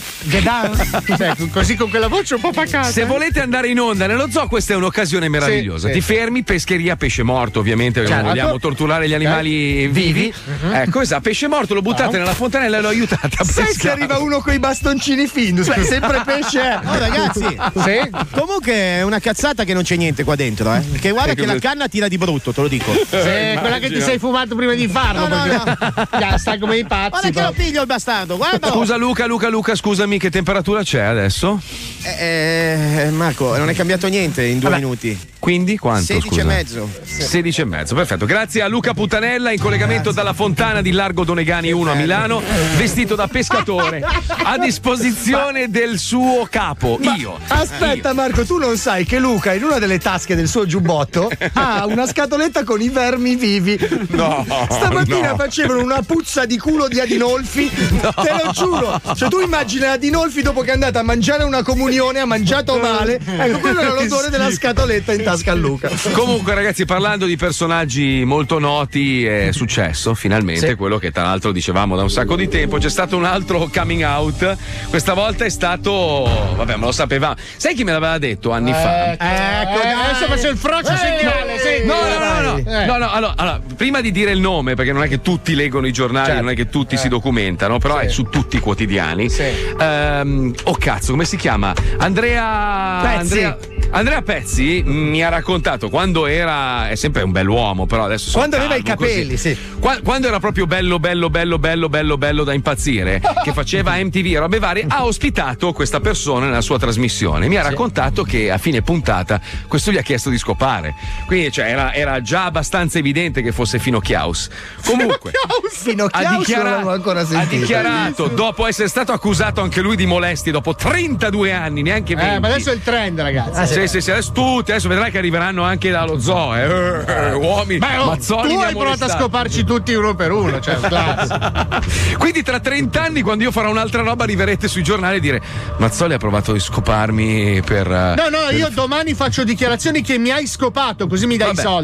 Cioè, così con quella voce un po' pacata. Se volete andare in onda nello zoo, questa è un'occasione meravigliosa. Sì, Ti sì. fermi, pescheria, pesce morto, ovviamente, perché non Certo. vogliamo torturare gli animali vivi. Ecco, esatto, pesce morto, lo buttate nella fontanella e lo aiutate a Sai se pescare. arriva uno con i bastoncini Findus? Beh, sempre pesce è. Oh, ragazzi, Sì? comunque è una cazzata che non c'è niente qua dentro, eh. Perché guarda che la canna tira di brutto, te lo dico. Sì, quella che ti sei fumato prima di farlo. No, no, perché- Ya, stai come i pazzi. Guarda che però. lo piglio il bastardo, guarda. Scusa Luca, Luca, Luca, scusami, che temperatura c'è adesso? Eh, eh, Marco, non è cambiato niente in due minuti. Quindi quanto? sedici scusa? e mezzo. sedici e mezzo, perfetto. Grazie a Luca Puttanella in collegamento dalla fontana di Largo Donegani uno a Milano, vestito da pescatore, a disposizione del suo capo, Ma io. Aspetta, Marco, tu non sai che Luca in una delle tasche del suo giubbotto ha una scatoletta con i vermi vivi. No, Stamattina no. facevano una puzza di culo di Adinolfi. Te lo giuro. Cioè, tu immagini Adinolfi dopo che è andata a mangiare una comunione, ha mangiato male. Ecco, quello era l'odore della scatoletta in tasca a Luca. Comunque, ragazzi, parlando di personaggi molto noti, è successo finalmente Sì. quello che tra l'altro dicevamo da un sacco di tempo. C'è stato un altro coming out. Questa volta è stato. Vabbè, me lo sapevamo. Sai chi me l'aveva detto anni fa? Ecco, adesso faccio il frocio segnale. Senti. No, no, no, no, Eh. no, no, allora, allora, prima di dire il nome, perché non è che tutti leggono i giornali, Certo. non è che tutti si documentano, però è su tutti i quotidiani. Sì. Ehm, oh cazzo, come si chiama? Andrea Pezzi. Andrea, Andrea Pezzi mi ha raccontato quando era, è sempre un bell'uomo, però adesso sono Quando aveva i calmo, capelli, così. sì. Qua- Quando era proprio bello, bello, bello, bello, bello, bello da impazzire, che faceva M T V e robe varie, ha ospitato questa persona nella sua trasmissione. Mi ha raccontato che a fine puntata questo gli ha chiesto di scopare. Quindi, cioè, era, era già abbastanza evidente che fosse Fino Chiaus. Comunque, Fino a ha, Chiaus dichiara- non l'avevo ancora ha sentito. dichiarato, dopo essere stato accusato anche lui di molestie, dopo trentadue anni, neanche venti. Eh, ma adesso è il trend, ragazzi. Sì, sì, sì, adesso tutti, adesso vedrai che arriveranno anche dallo zoo, eh, eh, uomini, Beh, oh, Mazzoli tu mi ha hai provato a molestato. scoparci tutti uno per uno, cioè, classe. Quindi tra trenta anni, quando io farò un'altra roba, arriverete sui giornali a dire Mazzoli ha provato a scoparmi per... No, no, io domani faccio dichiarazioni che mi hai scopato, così mi dai Vabbè. i soldi.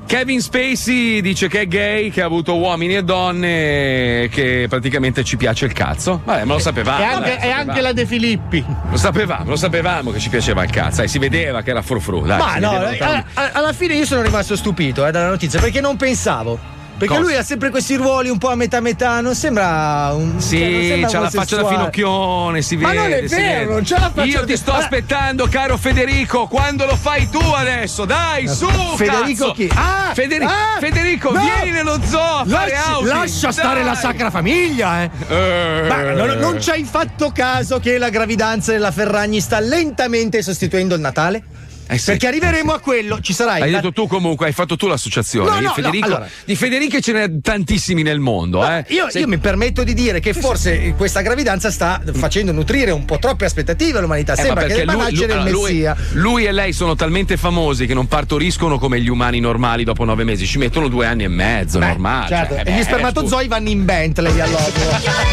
Kevin Spacey dice che è gay, che ha avuto uomini e donne, che praticamente ci piace il cazzo. Vabbè, ma lo sapevamo. E anche, dai, e anche la De Filippi. Lo sapevamo, lo sapevamo che ci piaceva il cazzo. Eh, si vedeva che era frufru. Dai, Ma si no, vedeva alla, alla- alla fine io sono rimasto stupito eh, dalla notizia perché non pensavo. Perché Cosa? lui ha sempre questi ruoli un po' a metà metà, non sembra un. Sì, cioè, non sembra c'ha la faccia da omosessuale. finocchione, si Ma vede. non è si vero, vede. non c'è la faccia Io da- ti sto Ah. aspettando, caro Federico, quando lo fai tu adesso? Dai, su! Federico cazzo. chi? Ah, Federi- ah, Federico, no! vieni nello zoo a fare Lasci- outing. lascia stare Dai. la Sacra Famiglia, eh. Eh. Ma non, non ci hai fatto caso che la gravidanza della Ferragni sta lentamente sostituendo il Natale? Eh sì, Perché arriveremo a quello, ci sarà il Hai Nat- detto tu comunque, hai fatto tu l'associazione. No, Io no, Federico, no, allora. Di Federico ce n'è tantissimi nel mondo. No, eh. io, Sei- io mi permetto di dire che forse questa gravidanza sta facendo nutrire un po' troppe aspettative all'umanità. Eh, ma Sembra che perché debba lui, nascere lui- il lui- Messia. lui e lei sono talmente famosi che non partoriscono come gli umani normali dopo nove mesi, ci mettono due anni e mezzo, normale. Certo, cioè, e beh, gli spermatozoi vanno in Bentley all'opera.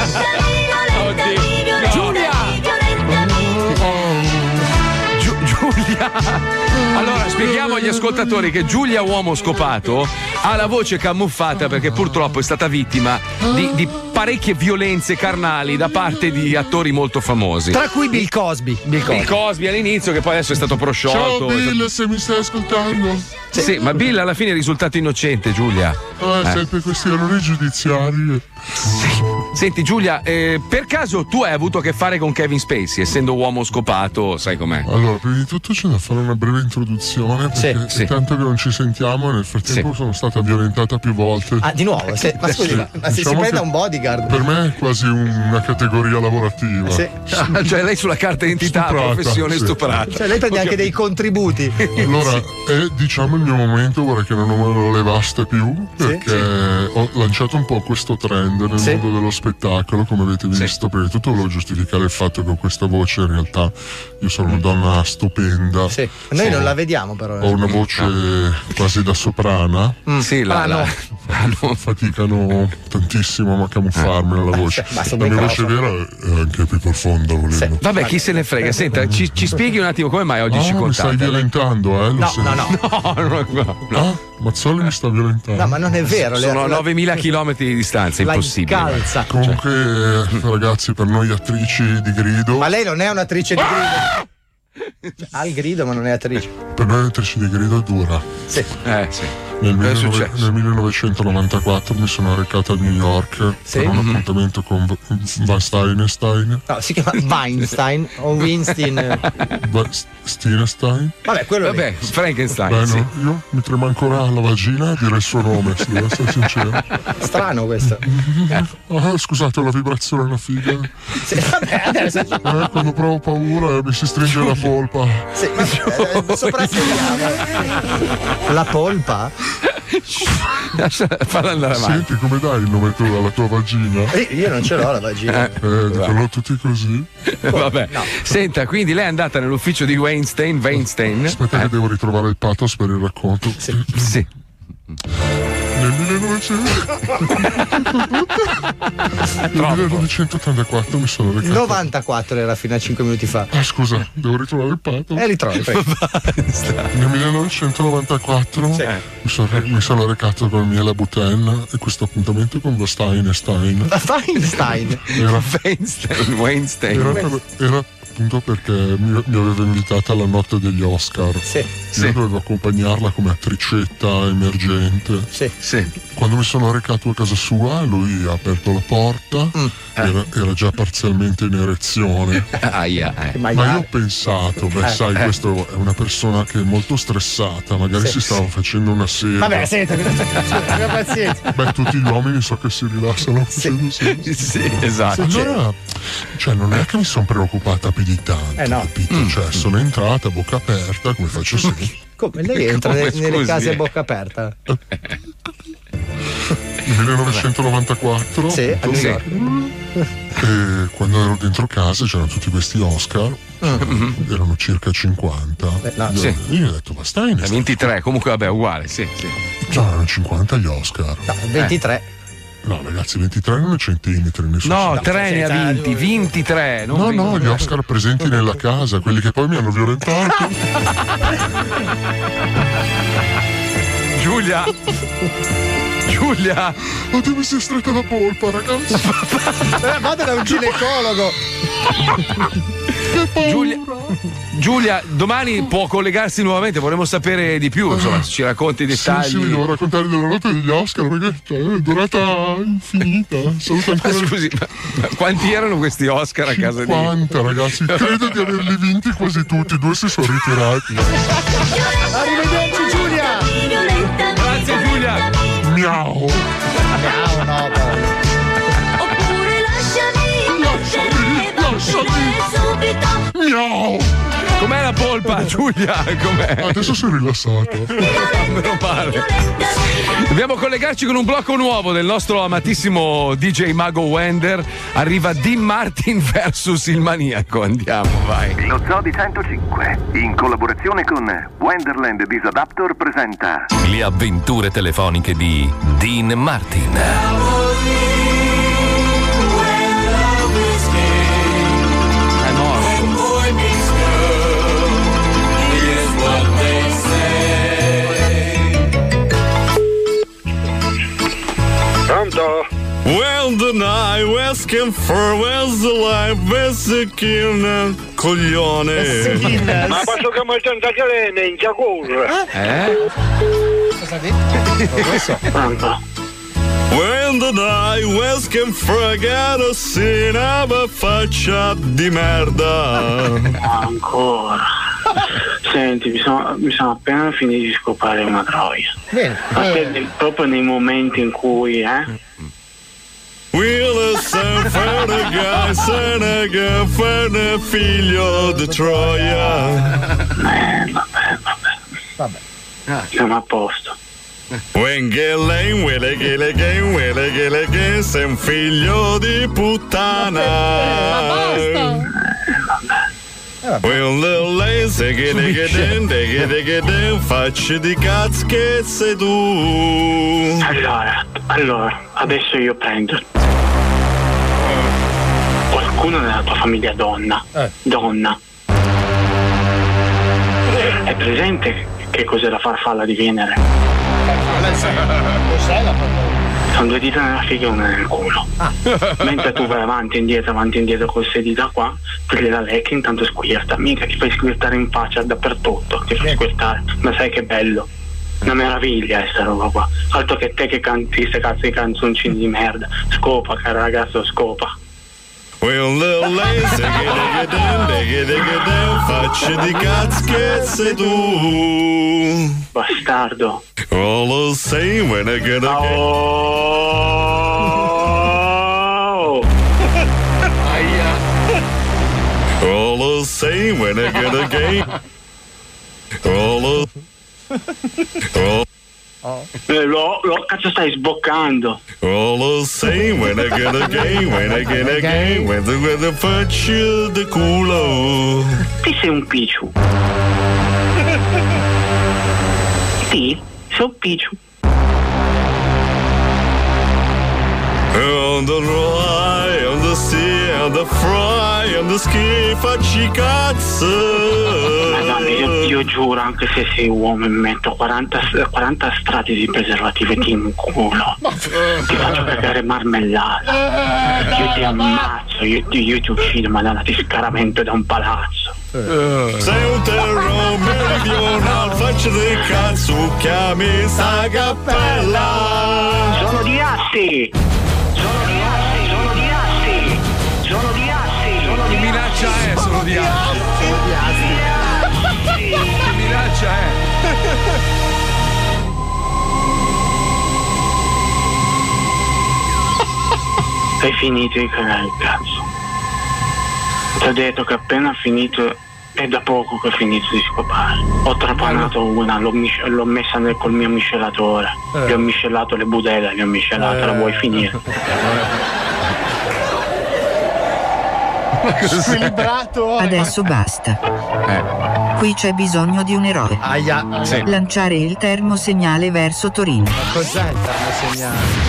Oddio. Giulia! Giu- Giulia! Allora, spieghiamo agli ascoltatori che Giulia Uomo Scopato ha la voce camuffata perché purtroppo è stata vittima di, di parecchie violenze carnali da parte di attori molto famosi. Tra cui Bill Cosby. Bill Cosby. Bill Cosby all'inizio, che poi adesso è stato prosciolto. Ciao Bill, se mi stai ascoltando. Sì, sì, ma Bill alla fine è risultato innocente, Giulia. Ah, Eh. sempre questi errori giudiziari. Senti Giulia, eh, per caso tu hai avuto a che fare con Kevin Spacey, essendo uomo scopato, sai com'è? Allora, prima di tutto c'è da fare una breve introduzione perché Sì, sì. è tanto che non ci sentiamo e nel frattempo sono stata violentata più volte. Ah, di nuovo? Se- ma scusi, Sì. ma, ma se Diciamo si prenda che un bodyguard. Per me è quasi una categoria lavorativa. Sì. Ah, cioè lei sulla carta d'identità, Stuprata, professione sì. stuprata. Cioè, lei prende anche dei contributi. Allora, è diciamo il mio momento, vorrei che non me lo levaste più, perché ho lanciato un po' questo trend nel Sì. mondo dello spettacolo, come avete visto. Prima di tutto volevo giustificare il fatto che ho questa voce, in realtà io sono una donna stupenda. Sì. Noi Ho- non la vediamo però. eh. Ho una voce quasi da soprana. Mm. Sì, la, Ah, la- no. Faticano tantissimo a camuffarmi la voce. ma sul La mia voce microfono. vera è anche più profonda, volendo. Vabbè, chi se ne frega? Senta, ci, ci spieghi un attimo come mai oggi Ah, ci mi contatta? stai violentando, eh? Lo No, sai. no, no. No, no, no, no. Ah, Mazzoli mi sta violentando. No, ma non è vero. le- Sono a la- novemila chilometri di distanza, la impossibile. incalza. Comunque, eh, ragazzi, per noi attrici di grido, Ma lei non è un'attrice di grido. Ha il grido, ma non è attrice. per noi attrici di grido è dura. Sì. Eh, sì. Nel, Cosa è millenovecento successo? nel millenovecentonovantaquattro mi sono recato a New York Sì. per un Mhm. appuntamento con Van Steinstein. No, si chiama Weinstein o Winston. Va- Steinstein? Vabbè, quello lì. Vabbè, Frankenstein. Beh, sì. no, io mi trema ancora la vagina a dire il suo nome, se devo essere sincero. Strano questo. Ah, scusate, ho la vibrazione alla figa. Sì, vabbè, adesso. Eh, quando provo paura eh, mi si stringe la polpa. Sì, vabbè, eh, sopra si chiama. La polpa? Lascia farla andare avanti. Senti, come dai il nome tu alla tua vagina? Eh, Io non ce l'ho la vagina. Eh, dicono tutti così. Eh, Vabbè. Senta, quindi lei è andata nell'ufficio di Weinstein, Weinstein. Aspetta che devo ritrovare il pathos per il racconto. Sì. sì. Nel millenovecento Nel millenovecentottantaquattro mi sono recato. novantaquattro era fino a cinque minuti fa. Ah, scusa, devo ritrovare il pathos. Eh, ritrovi, prego. Nel millenovecentonovantaquattro Sì. mi, sono, mi sono recato con Miela Buten e questo appuntamento con la Stein e Stein. Weinstein. Era, Weinstein, Weinstein. era, per- era appunto perché mi, mi aveva invitata alla notte degli Oscar. Sì. Io Sì. dovevo accompagnarla come attricetta emergente. Sì. Sì. Quando mi sono recato a casa sua, lui ha aperto la porta, Mm. era, era già parzialmente in erezione. Aia, eh. Ma io ho pensato, beh, Eh, sai, eh. questo è una persona che è molto stressata, magari Sì. si stava facendo una sera. Vabbè, senta, abbia pazienza. Beh, tutti gli uomini so che si rilassano facendo sera. Sì, esatto. Allora, cioè, non è che mi sono preoccupata più di tanto, Eh, no. capito? Cioè, sono entrata a bocca aperta, come faccio sempre. Come lei entra Come, ne- nelle scusi? case a bocca aperta? Nel millenovecentonovantaquattro, Sì, a New Sì. York. e quando ero dentro casa c'erano tutti questi Oscar, erano circa cinquanta. Beh, no, io, sì. io ho detto, ma stai in ventitré, comunque vabbè, uguale, sì, sì. No, erano cinquanta gli Oscar. No, ventitré. No, ragazzi, ventitré non è centimetri, nessuno. No, tre ne ha senza- vinti, ventitré. Non No, vinti. no, gli Oscar presenti nella casa, quelli che poi mi hanno violentato. Giulia. Giulia. Oddio, mi si è stretta la polpa, ragazzi. Eh, vado da un ginecologo. Giulia, Giulia, domani può collegarsi nuovamente, vorremmo sapere di più, insomma, ci racconti i dettagli. Sì, sì, vi devo raccontare della notte degli Oscar perché cioè, è durata infinita. Ma scusi, ma, ma quanti erano questi Oscar a casa di? Quanta, ragazzi? Credo di averli vinti quasi tutti, due si sono ritirati. Arrivederci Giulia. Grazie Giulia. Miau. Miau, no, dai. Oppure lasciami, lasciami, lasciami subito. Miau. Com'è la polpa, Giulia? Com'è? Adesso sei rilassato. Meno male. Dobbiamo collegarci con un blocco nuovo del nostro amatissimo D J Mago Wender. Arriva Dean Martin versus il maniaco. Andiamo, vai. Lo Zoo di centocinque, in collaborazione con Wenderland Disadaptor, presenta Le avventure telefoniche di Dean Martin. È morto. Pronto? Well, the night, asking for, where's the life, where's the kill, coglione. Ma posso chiamare tanta calene in giacuzza? Eh? Cosa ha detto? Non lo so. Pronto? When the night, asking for, I gotta see una faccia di merda. Ancora. Senti, mi sono, mi sono appena finito di scopare una troia. Bene. Ma te, proprio nei momenti in cui, eh? Will San Ferragai, Seneca, Ferne, figlio di Troia. Eh, vabbè, vabbè. Vabbè. Siamo a posto. When Ghislaine, Wille Ghislaine, Wille Ghislaine, sei un figlio di puttana. Ma basta. Well, little lazy, giddy giddy, giddy giddy, facci di cazzo che sei tu. Allora, allora, adesso io prendo qualcuno nella tua famiglia donna, eh. donna. È presente che cos'è la farfalla di Venere? Cos'è la farfalla? Sono due dita nella figa e una nel culo. Ah. Mentre tu vai avanti e indietro, avanti e indietro con queste dita qua, prendi la lecca e intanto squirta. Mica ti fai squirtare in faccia dappertutto, ti fai squirtare. Ma sai che bello? Una meraviglia è sta roba qua. Altro che te che canti queste cazzo di canzoncini di merda. Scopa, caro ragazzo, scopa. Well, little lazy, giddy giddy, giddy giddy, facci di cazzo che sei tu. Bastardo. All the same when I get a Oh! all the same when I get a game. All the all Eh, lo, lo cazzo stai sboccando. all the same when I get a game, when I get a game, when the when the faccio di culo. Ti sei un picciu. Sì, sei un picciu. On the rye, on the sea, on the fry, on the ski, facci cazzo. Madonna, io, io giuro, anche se sei uomo, mi metto quaranta, quaranta strati di preservativo e ti inculo. Ti faccio cagare marmellata. Io ti ammazzo, io, ti- io ti uccido, madonna, ti scaramento da un palazzo. Sei un terror meridional, faccia del cazzo, chiami sta cappella. Sono di Assi! Sono di Assi, sono di Assi! Sono di Assi! Sono di minaccia è? Sono di Assi! Sono di Assi! Che minaccia è? Hai finito di cagare il cazzo. Ti ho detto che appena finito, è da poco che ho finito di scopare. Ho trapanato una, l'ho, mis- l'ho messa nel, col mio miscelatore. Eh. Gli ho miscelato le budelle, le ho miscelate, la vuoi finire? Squilibrato. Adesso basta. Qui c'è bisogno di un eroe. Aia. Sì. Lanciare il termosegnale verso Torino. Cos'è il termosegnale?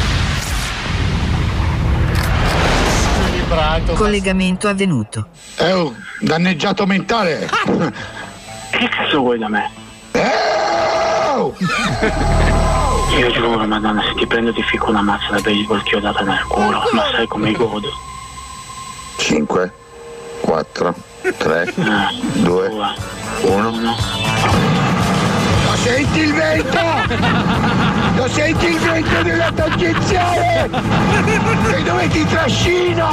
Squilibrato. Collegamento avvenuto. Eh, oh, danneggiato mentale. Che cazzo vuoi da me? Eh, Io giuro, madonna, se ti prendo ti ficco una mazza da baseball chiodata nel culo, ma sai come godo. cinque, quattro, tre, due, uno. Lo senti il vento? Lo senti il vento della tangenziale? E dove ti trascino?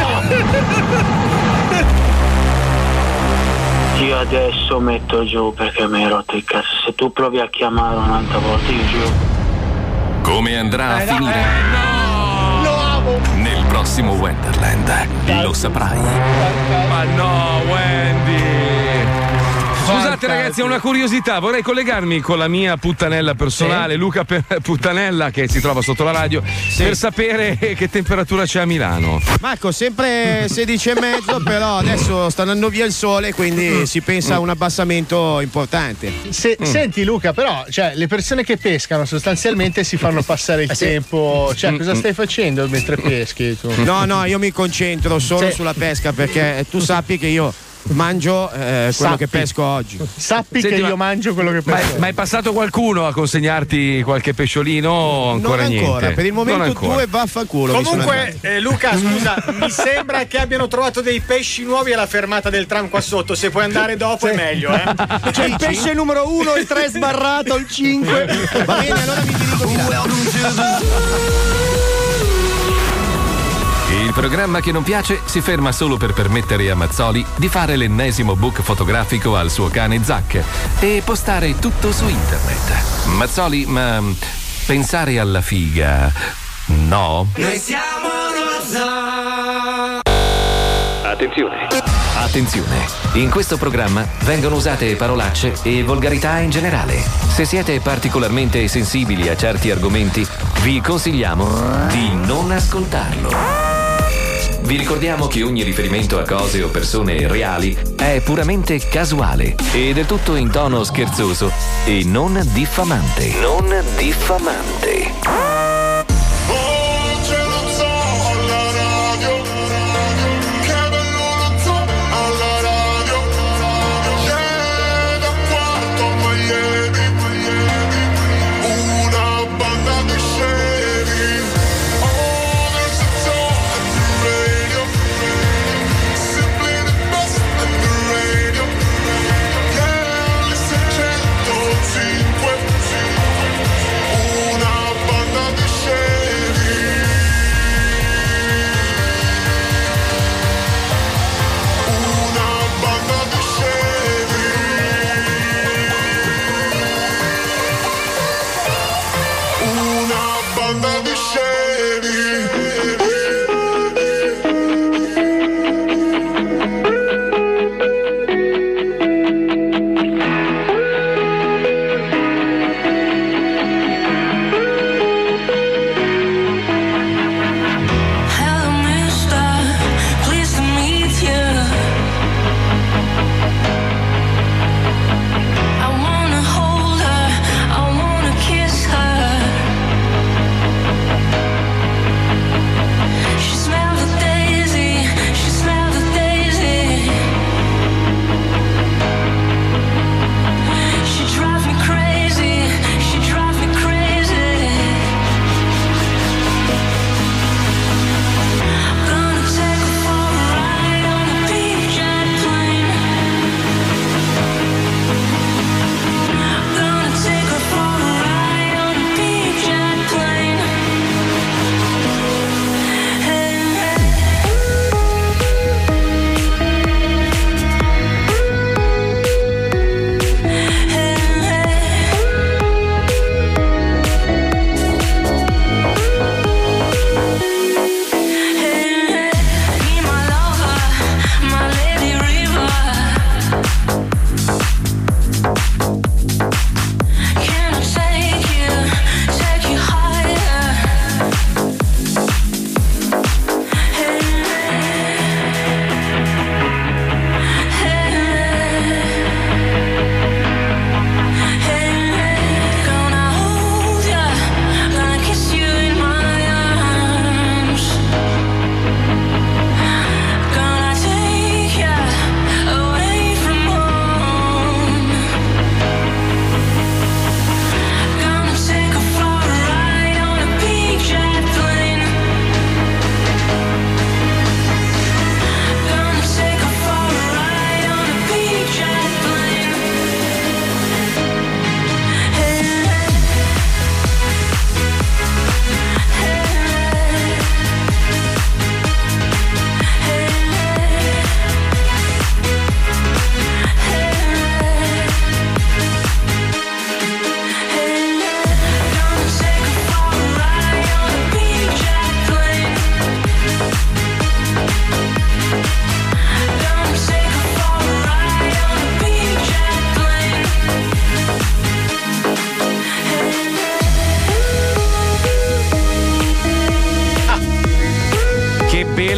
Io adesso metto giù perché mi hai rotto il cazzo. Se tu provi a chiamare un'altra volta io giù. Come andrà a Eh, finire? no. Lo amo! Nel prossimo Wonderland lo saprai. Ma no, Wendy! Scusate ragazzi, ho una curiosità, vorrei collegarmi con la mia puttanella personale, Sì. Luca Pe- Puttanella, che si trova sotto la radio, per sapere che temperatura c'è a Milano. Marco, sempre sedici e mezzo, però adesso sta andando via il sole, quindi si pensa a un abbassamento importante. Se- Mm. Senti Luca, però, cioè, le persone che pescano sostanzialmente si fanno passare il Eh sì. tempo. Cioè, Mm, cosa mm. stai facendo mentre peschi tu? No, no, io mi concentro solo Sì. sulla pesca perché tu sappi che io mangio eh, quello Sappi. che pesco oggi. Sappi Senti, che ma- io mangio quello che Ma pesco. è, ma è passato qualcuno a consegnarti qualche pesciolino o ancora non ancora, niente? per il Non momento ancora. tu e vaffanculo. mi sono Comunque, andato. eh, Luca, scusa, mi sembra che abbiano trovato dei pesci nuovi alla fermata del tram qua sotto. Se puoi andare dopo è meglio, eh. C'è il pesce numero uno, il tre sbarrato, il cinque. Va bene, allora mi dirigo di là. Il programma che non piace si ferma solo per permettere a Mazzoli di fare l'ennesimo book fotografico al suo cane Zack e postare tutto su internet. Mazzoli, ma pensare alla figa, no? Noi siamo Rosa. Attenzione! Attenzione! In questo programma vengono usate parolacce e volgarità in generale. Se siete particolarmente sensibili a certi argomenti, vi consigliamo di non ascoltarlo. Vi ricordiamo che ogni riferimento a cose o persone reali è puramente casuale e del tutto in tono scherzoso e non diffamante. Non diffamante. Una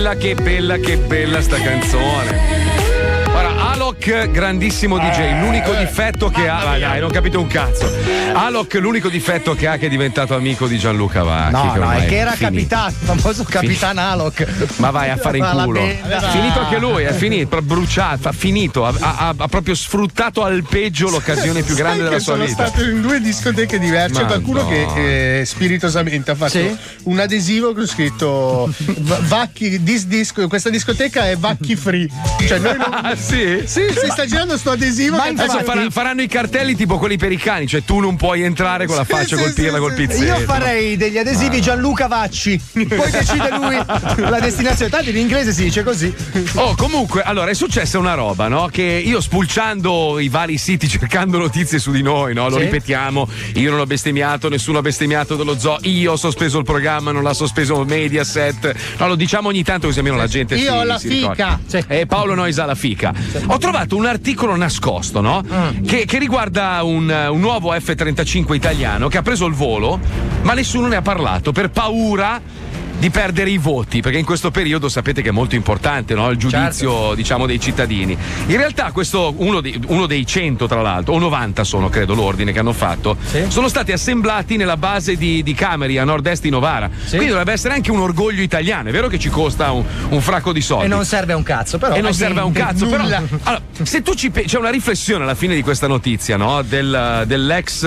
bella, che bella, che bella sta canzone. Guarda, Alok, grandissimo D J, l'unico difetto che ha. Ah, dai, non capite un cazzo. Alok, l'unico difetto che ha che è diventato amico di Gianluca Vacchi. No, che no, è che era finito. capitano, il famoso Capitan Alok. Ma vai a fare in La culo. benda. Finito anche lui, è finito, bruciato, ha finito, ha, ha- ha proprio sfruttato al peggio l'occasione più grande Sai della che sua sono vita. stato in due discoteche diverse. Ma Qualcuno no. che eh, spiritosamente ha fatto Sì? un adesivo con scritto V- Vacchi, dis disco, questa discoteca è Vacchi free. Cioè noi non... Ah, sì? Sì, si sta girando sto adesivo. Ma che Adesso fa- farà- faranno i cartelli tipo quelli per i cani, cioè tu non puoi entrare con la faccia sì, colpirla sì, col sì. pizzetto. Io farei degli adesivi Gianluca Vacci, poi decide lui la destinazione. Tanto in inglese si dice così. Oh, comunque, allora è successa una roba, no? Che io spulciando i vari siti, cercando notizie su di noi, no? Lo Sì. ripetiamo, io non ho bestemmiato, nessuno ha bestemmiato dello zoo, io ho sospeso il programma, non l'ha sospeso Mediaset. No, lo diciamo ogni tanto così almeno la gente Io si, ho la si fica. ricorda. E Paolo Noisa ha la fica. Ho trovato un articolo nascosto, no? Che, che riguarda un, un nuovo F trentacinque italiano che ha preso il volo, ma nessuno ne ha parlato per paura di perdere i voti, perché in questo periodo sapete che è molto importante, no? Il giudizio, Certo. diciamo, dei cittadini. In realtà questo, uno, di- uno dei cento tra l'altro, o novanta sono credo l'ordine che hanno fatto, Sì. sono stati assemblati nella base di, di Cameri a nord-est di Novara. Quindi dovrebbe essere anche un orgoglio italiano, è vero che ci costa un, un fracco di soldi. E non serve a un cazzo, però. E non serve a un cazzo, però. Nulla. Allora, se tu ci pe- c'è una riflessione alla fine di questa notizia, no? Del, dell'ex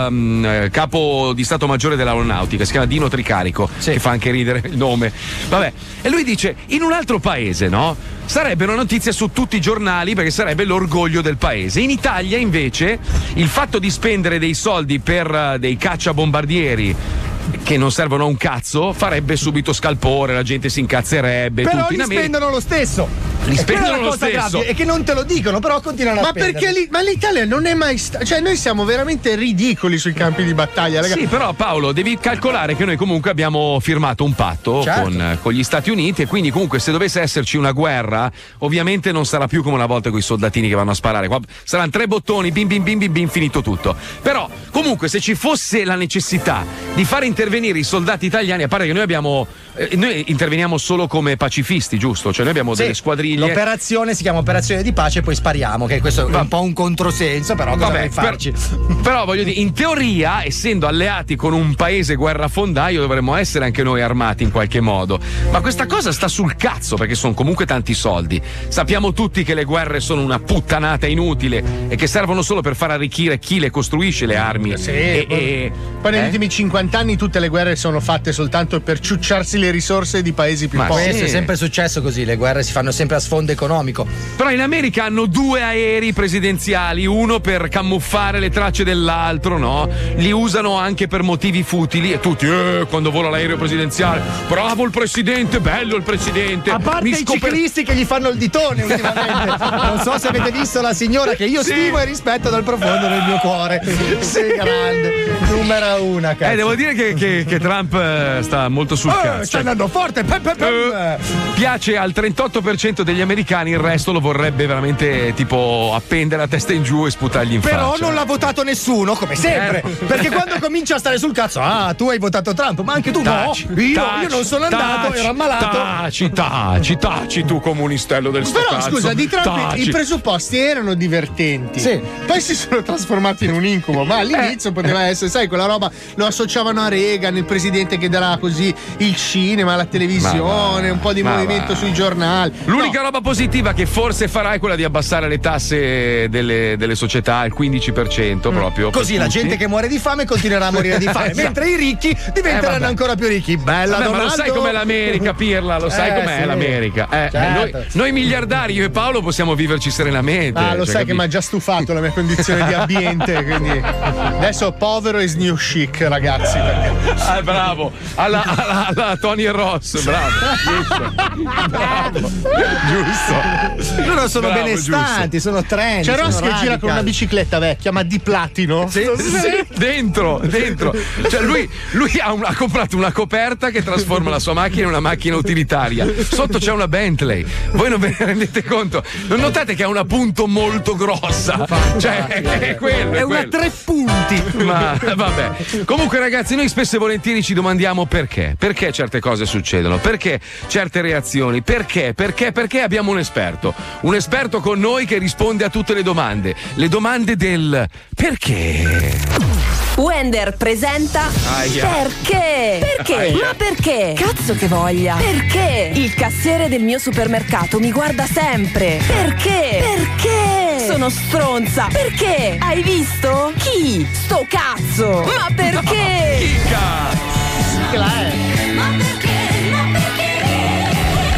ehm, capo di Stato Maggiore dell'Aeronautica, si chiama Dino Tricarico, che fa anche ridere il nome. Vabbè, e lui dice: in un altro paese, no? Sarebbe una notizia su tutti i giornali perché sarebbe l'orgoglio del paese. In Italia, invece, il fatto di spendere dei soldi per eh, dei cacciabombardieri che non servono a un cazzo farebbe subito scalpore, la gente si incazzerebbe. Però tutti li in America. spendono lo stesso. Li E quella è spendono la lo cosa stesso. grave, è che non te lo dicono, però continuano a Ma spendere. perché lì, ma l'Italia non è mai sta- cioè noi siamo veramente ridicoli sui campi di battaglia, ragazzi. Sì, però Paolo, devi calcolare che noi comunque abbiamo firmato un patto Certo. con, con gli Stati Uniti e quindi comunque se dovesse esserci una guerra, ovviamente non sarà più come una volta con i soldatini che vanno a sparare. Qua saranno tre bottoni, bim bim bim bim bim, finito tutto. Però comunque se ci fosse la necessità di fare intervenire i soldati italiani, a parte che noi abbiamo eh, noi interveniamo solo come pacifisti, giusto? Cioè noi abbiamo Sì, delle squadriglie. l'operazione si chiama operazione di pace e poi spariamo, che questo è un po' un controsenso, però cosa Vabbè, vuoi farci? per- però voglio dire, in teoria, essendo alleati con un paese guerrafondaio, dovremmo essere anche noi armati in qualche modo. Ma questa cosa sta sul cazzo, perché sono comunque tanti soldi. Sappiamo tutti che le guerre sono una puttanata inutile e che servono solo per far arricchire chi le costruisce le armi. Sì, e, poi- e- poi negli eh? ultimi cinquanta anni tutte le guerre sono fatte soltanto per ciucciarsi le risorse di paesi più Ma poveri. questo è sempre successo così, le guerre si fanno sempre a sfondo economico. Però in America hanno due aerei presidenziali, uno per camuffare le tracce dell'altro, no? Li usano anche per motivi futili e tutti, eh, quando vola l'aereo presidenziale, bravo il presidente, bello il presidente. A parte Mi i scoper- ciclisti che gli fanno il ditone ultimamente. Non so se avete visto la signora che io Sì. stimo e rispetto dal profondo del mio cuore. Sei grande, numero una, cazzo. Eh, devo dire che, che- che Trump eh, sta molto sul Eh, cazzo. sta andando forte. Pem, pem, pem. Eh, piace al trentotto per cento degli americani, il resto lo vorrebbe veramente tipo appendere a testa in giù e sputargli in Però faccia. non l'ha votato nessuno, come sempre. Eh. Perché quando comincia a stare sul cazzo, ah, tu hai votato Trump, ma anche tu Taci, no. Io, taci, io non sono andato, taci, ero ammalato. Taci, taci, taci, tu comunistello del sto Però cazzo. scusa, di Trump Taci. i presupposti erano divertenti. Sì. Poi si sono trasformati in un incubo, ma all'inizio poteva essere, sai, quella roba lo associavano a Reagan, il presidente che darà così il cinema, la televisione, Ma va, un po' di ma movimento va. sui giornali. L'unica roba positiva che forse farà è quella di abbassare le tasse delle, delle società al quindici per cento proprio. Così per la tutti. gente che muore di fame continuerà a morire di fame, Esatto. mentre i ricchi Eh, diventeranno vabbè. ancora più ricchi. Bella Vabbè, ma Donaldo. lo sai com'è l'America, Pirla, lo sai Eh, com'è sì. l'America. Eh, Certo. eh, noi, noi miliardari, io e Paolo possiamo viverci serenamente. Ah, lo cioè, sai che capi- mi ha già stufato la mia condizione di ambiente, quindi adesso povero e new chic, ragazzi. Perché... Ah, bravo, alla, alla, alla Tony e Ross, bravo, giusto, bravo, giusto. Loro sono Bravo, benestanti, sono trendy. C'è sono Ross che gira radical. con una bicicletta vecchia, ma di platino. Sì, sì, dentro, dentro. Cioè lui, lui ha, un- ha comprato una coperta che trasforma la sua macchina in una macchina utilitaria. Sotto c'è una Bentley. Voi non ve ne rendete conto? Non notate che ha una punto molto grossa? Cioè, è quello. È una quello. tre punti. tutti. Ma vabbè. Comunque, ragazzi, noi spesso e volentieri ci domandiamo perché. Perché certe cose succedono? Perché certe reazioni? Perché? Perché? Perché abbiamo un esperto. Un esperto con noi che risponde a tutte le domande. Le domande del perché. Wender presenta Aia. Perché? Perché? Aia. Ma perché? Cazzo che voglia! Perché? Il cassiere del mio supermercato mi guarda sempre. Perché? Perché? Sono stronza. Perché? Hai visto? Chi? Sto cazzo! Ma perché? Chi cazzo? Che la è? Ma perché? Ma perché?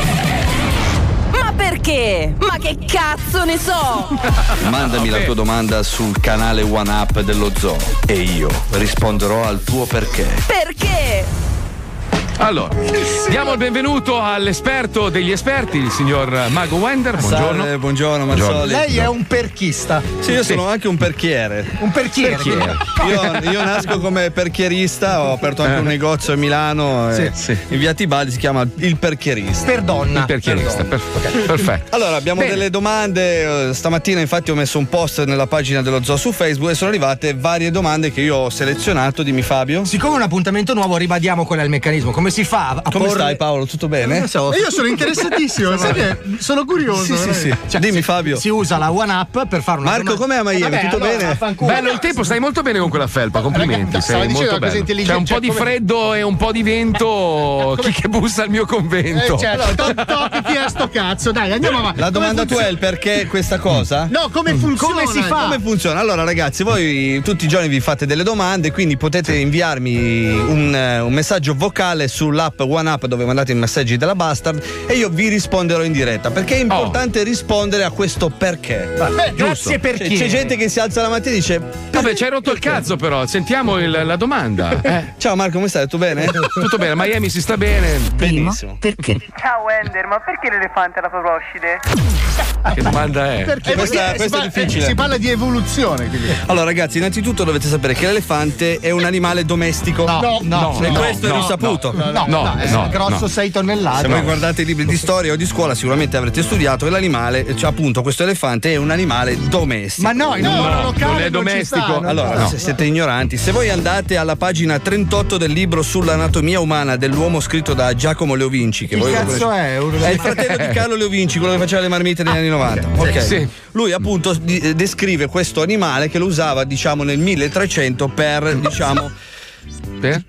Ma perché? Ma che cazzo ne so? Mandami la tua domanda sul canale One Up dello Zoo e io risponderò al tuo perché. Perché? Allora, diamo il benvenuto all'esperto degli esperti, il signor Mago Wender. Buongiorno. Salve, buongiorno Mazzoli. Lei è un perchista. Sì, io sono anche un perchiere. Un perchiere. Perchiere. Io, io nasco come perchierista, ho aperto anche un negozio a Milano, Sì, eh, sì. in via Tibaldi, si chiama Il Perchierista. Per donna. Il perchierista, Per perf- perfetto. Allora, abbiamo Bene. delle domande. eh, Stamattina, infatti, ho messo un post nella pagina dello Zoo su Facebook e sono arrivate varie domande che io ho selezionato. Dimmi, Fabio. Siccome è un appuntamento nuovo, ribadiamo qual è il meccanismo. Come si fa a Come porre- stai, Paolo? Tutto bene? Non so. E io sono interessatissimo, sai che sono curioso. Sì, sì, sì. Cioè, Dimmi, si- Fabio. Si usa la One Up per fare una Marco, domanda. com'è a Miami? Vabbè, Tutto allora, bene? vaffanculo. Bello il tempo, stai molto bene con quella felpa, complimenti. Ragazzi, stavo Sei dicendo molto una cosa bello. C'è intelligente, un po' cioè, di come- freddo e un po' di vento. Chi che bussa al mio convento? Eh, certo, to- tocchi chi è sto cazzo, dai, andiamo avanti. La domanda Come tua è funziona? il perché questa cosa? No, come funziona? Come si fa? Come funziona? Allora, ragazzi, voi tutti i giorni vi fate delle domande, quindi potete inviarmi un, eh, un messaggio vocale sull'app One Up dove mandate i messaggi della Bastard e io vi risponderò in diretta. Perché è importante rispondere a questo perché. Beh, grazie per Cioè, chi. c'è gente che si alza la mattina e dice: Vabbè, ci hai rotto il cazzo, però. Sentiamo il- la domanda. Eh. Ciao Marco, come stai? Tutto bene? Tutto bene, a Miami si sta bene. Benissimo. Perché? Ciao Wender, ma perché l'elefante ha la proboscide? Che domanda è? Perché? Questa- Perché questa si, è pa- difficile. si parla di evoluzione. Quindi. Allora, ragazzi, innanzitutto dovete sapere che l'elefante è un animale domestico. No, no, no, e no, questo è no, risaputo. No, no, No, no, è no, grosso no. sei tonnellate. Se voi guardate i libri di storia o di scuola, sicuramente avrete studiato che l'animale, cioè appunto, questo elefante è un animale domestico. Ma no, in un No, monolocale non è ci domestico. stanno. Allora, No. se siete ignoranti, se voi andate alla pagina trentotto del libro sull'anatomia umana dell'uomo scritto da Giacomo Leo Vinci, che Chi voi lo cazzo conoscete. è? Uno- È il fratello di Carlo Leo Vinci, quello che faceva le marmite negli anni novanta. Ok. Sì. Lui appunto di- eh, descrive questo animale che lo usava, diciamo, nel milletrecento per, diciamo. Per?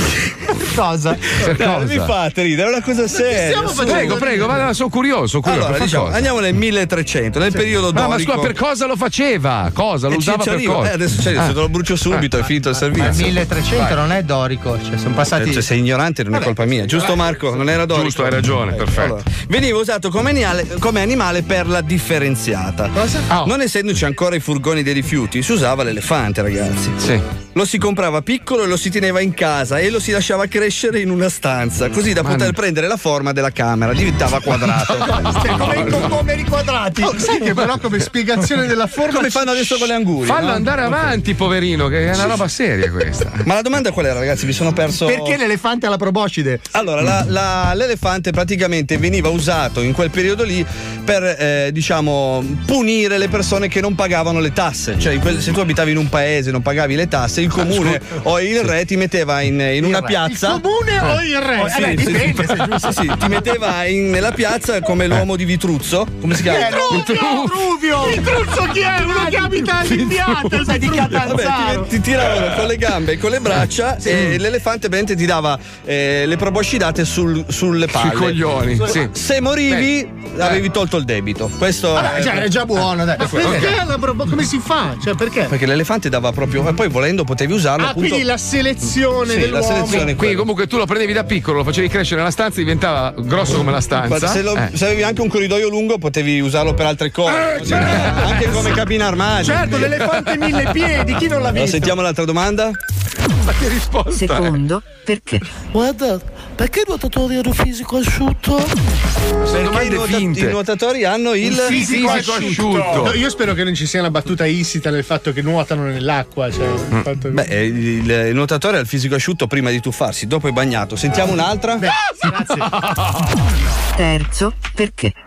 Cosa? Per Dai, non mi cosa? fate ridere, è una cosa seria. stiamo su. facendo? Prego, prego, vada, sono curioso, sono curioso. Allora, per diciamo, cosa? andiamo nel milletrecento, nel periodo No, ma dorico. scusa, per cosa lo faceva? Cosa? Lo E ci- usava ci per arrivo. cosa? Eh, adesso c'è, Ah. se te lo brucio subito, è finito il Ma il servizio. milletrecento non è dorico, cioè sono passati. Cioè, sei ignorante, non è colpa mia, giusto Marco? Non era dorico? Giusto, hai ragione, perfetto. Allora, veniva usato come animale, come animale per la differenziata. Cosa? Oh. Non essendoci ancora i furgoni dei rifiuti, si usava l'elefante, ragazzi. Sì. Lo si comprava piccolo e lo si teneva in casa e lo si lasciava crescere in una stanza, così da Ma poter no. prendere la forma della camera, diventava quadrato. Cioè, come i concomeri quadrati. Oh, sai che però come spiegazione della forma Come fanno adesso con le angurie? Fallo no? andare avanti, poverino, che è una roba seria questa. Ma la domanda qual era, ragazzi? Mi sono perso. Perché l'elefante ha la proboscide? Allora, la- la- l'elefante praticamente veniva usato in quel periodo lì per, eh, diciamo, punire le persone che non pagavano le tasse. Cioè, in quel- se tu abitavi in un paese e non pagavi le tasse, il comune o il re ti metteva in, in una re. piazza. Il comune o il re? Sì, Eh, beh, sì, dipende, sì, se è giusto. sì, sì, ti metteva in- nella piazza come l'uomo di Vitruzzo. Come si chiama? Truvio! Truvio! Il truzzo chi è? Uno che abita all'impianto, sai di Vabbè, Catanzaro. ti, ti tiravano con le gambe e con le braccia e l'elefante ovviamente ti dava eh, le proboscidate sul- sulle palle. Sui coglioni, sì. Se morivi avevi tolto il debito. Questo Vabbè, è, già, è già buono, dai. Ma perché la prob- come si fa? Cioè, perché? perché l'elefante dava proprio e poi volendo potevi usarlo Ah, appunto. quindi la selezione Sì, la dell'uomo. selezione. Quindi comunque tu lo prendevi da piccolo, lo facevi crescere nella stanza, diventava grosso come la stanza. Guarda, se, lo- Eh. se avevi anche un corridoio lungo potevi usarlo per altre cose. Eh, certo. Anche come cabina armadio. Certo, l'elefante mille piedi, chi non l'ha Allora, visto? sentiamo l'altra domanda. Ma che risposta? Secondo, perché? Guarda, perché i nuotatori hanno fisico asciutto? Sono Perché i, domande nuota- finte. i nuotatori hanno il, fisico asciutto. No, io spero che non ci sia una battuta insita nel fatto che nuotano nell'acqua. Cioè, il fatto che- Beh, il, il- il nuotatore ha il fisico asciutto prima di tuffarsi, dopo è bagnato. Sentiamo un'altra. Beh, grazie. Terzo, perché? Ma perché in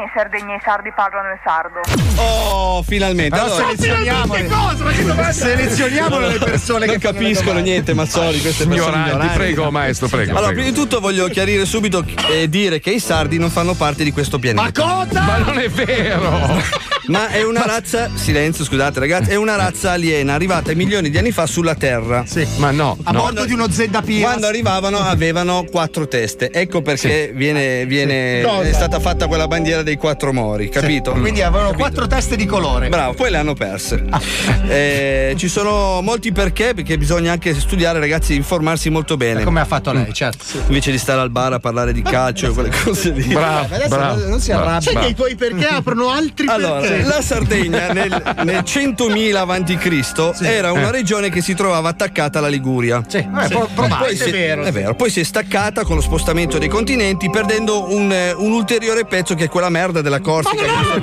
in Sardegna i sardi parlano il sardo? Oh, finalmente. Però allora, selezioniamole. Selezioniamole le persone non che capiscono niente, Mazzoli, queste persone Ignoranti, ignoranti. prego, maestro, prego. Allora, prego. prima di tutto voglio chiarire subito e dire che i sardi non fanno parte di questo pianeta. Ma cosa? Ma non è vero! Ma è una razza, silenzio, scusate ragazzi, è una razza aliena arrivata milioni di anni fa sulla Terra. Sì. Ma no, a no. bordo di uno Zedda Piras. Quando arrivavano avevano quattro teste. Ecco perché viene, viene è stata fatta quella bandiera dei quattro mori, capito? Sì. Quindi avevano capito? Quattro teste di colore. Bravo, poi le hanno perse. Eh, ci sono molti perché, perché bisogna anche studiare, ragazzi, informarsi molto bene. Come ha fatto lei, certo. Sì. Invece di stare al bar a parlare di calcio e quelle cose lì. Bravo, adesso bravo, non si arrabbia. Sai che i tuoi perché aprono altri allora, perché. La Sardegna nel, nel centomila avanti Cristo Sì. era una Eh. regione che si trovava attaccata alla Liguria. Sì, vabbè, pro- probate, Poi si- è vero. è vero. Poi si è staccata con lo spostamento dei continenti, perdendo un, eh, un ulteriore pezzo che è quella merda della Corsica.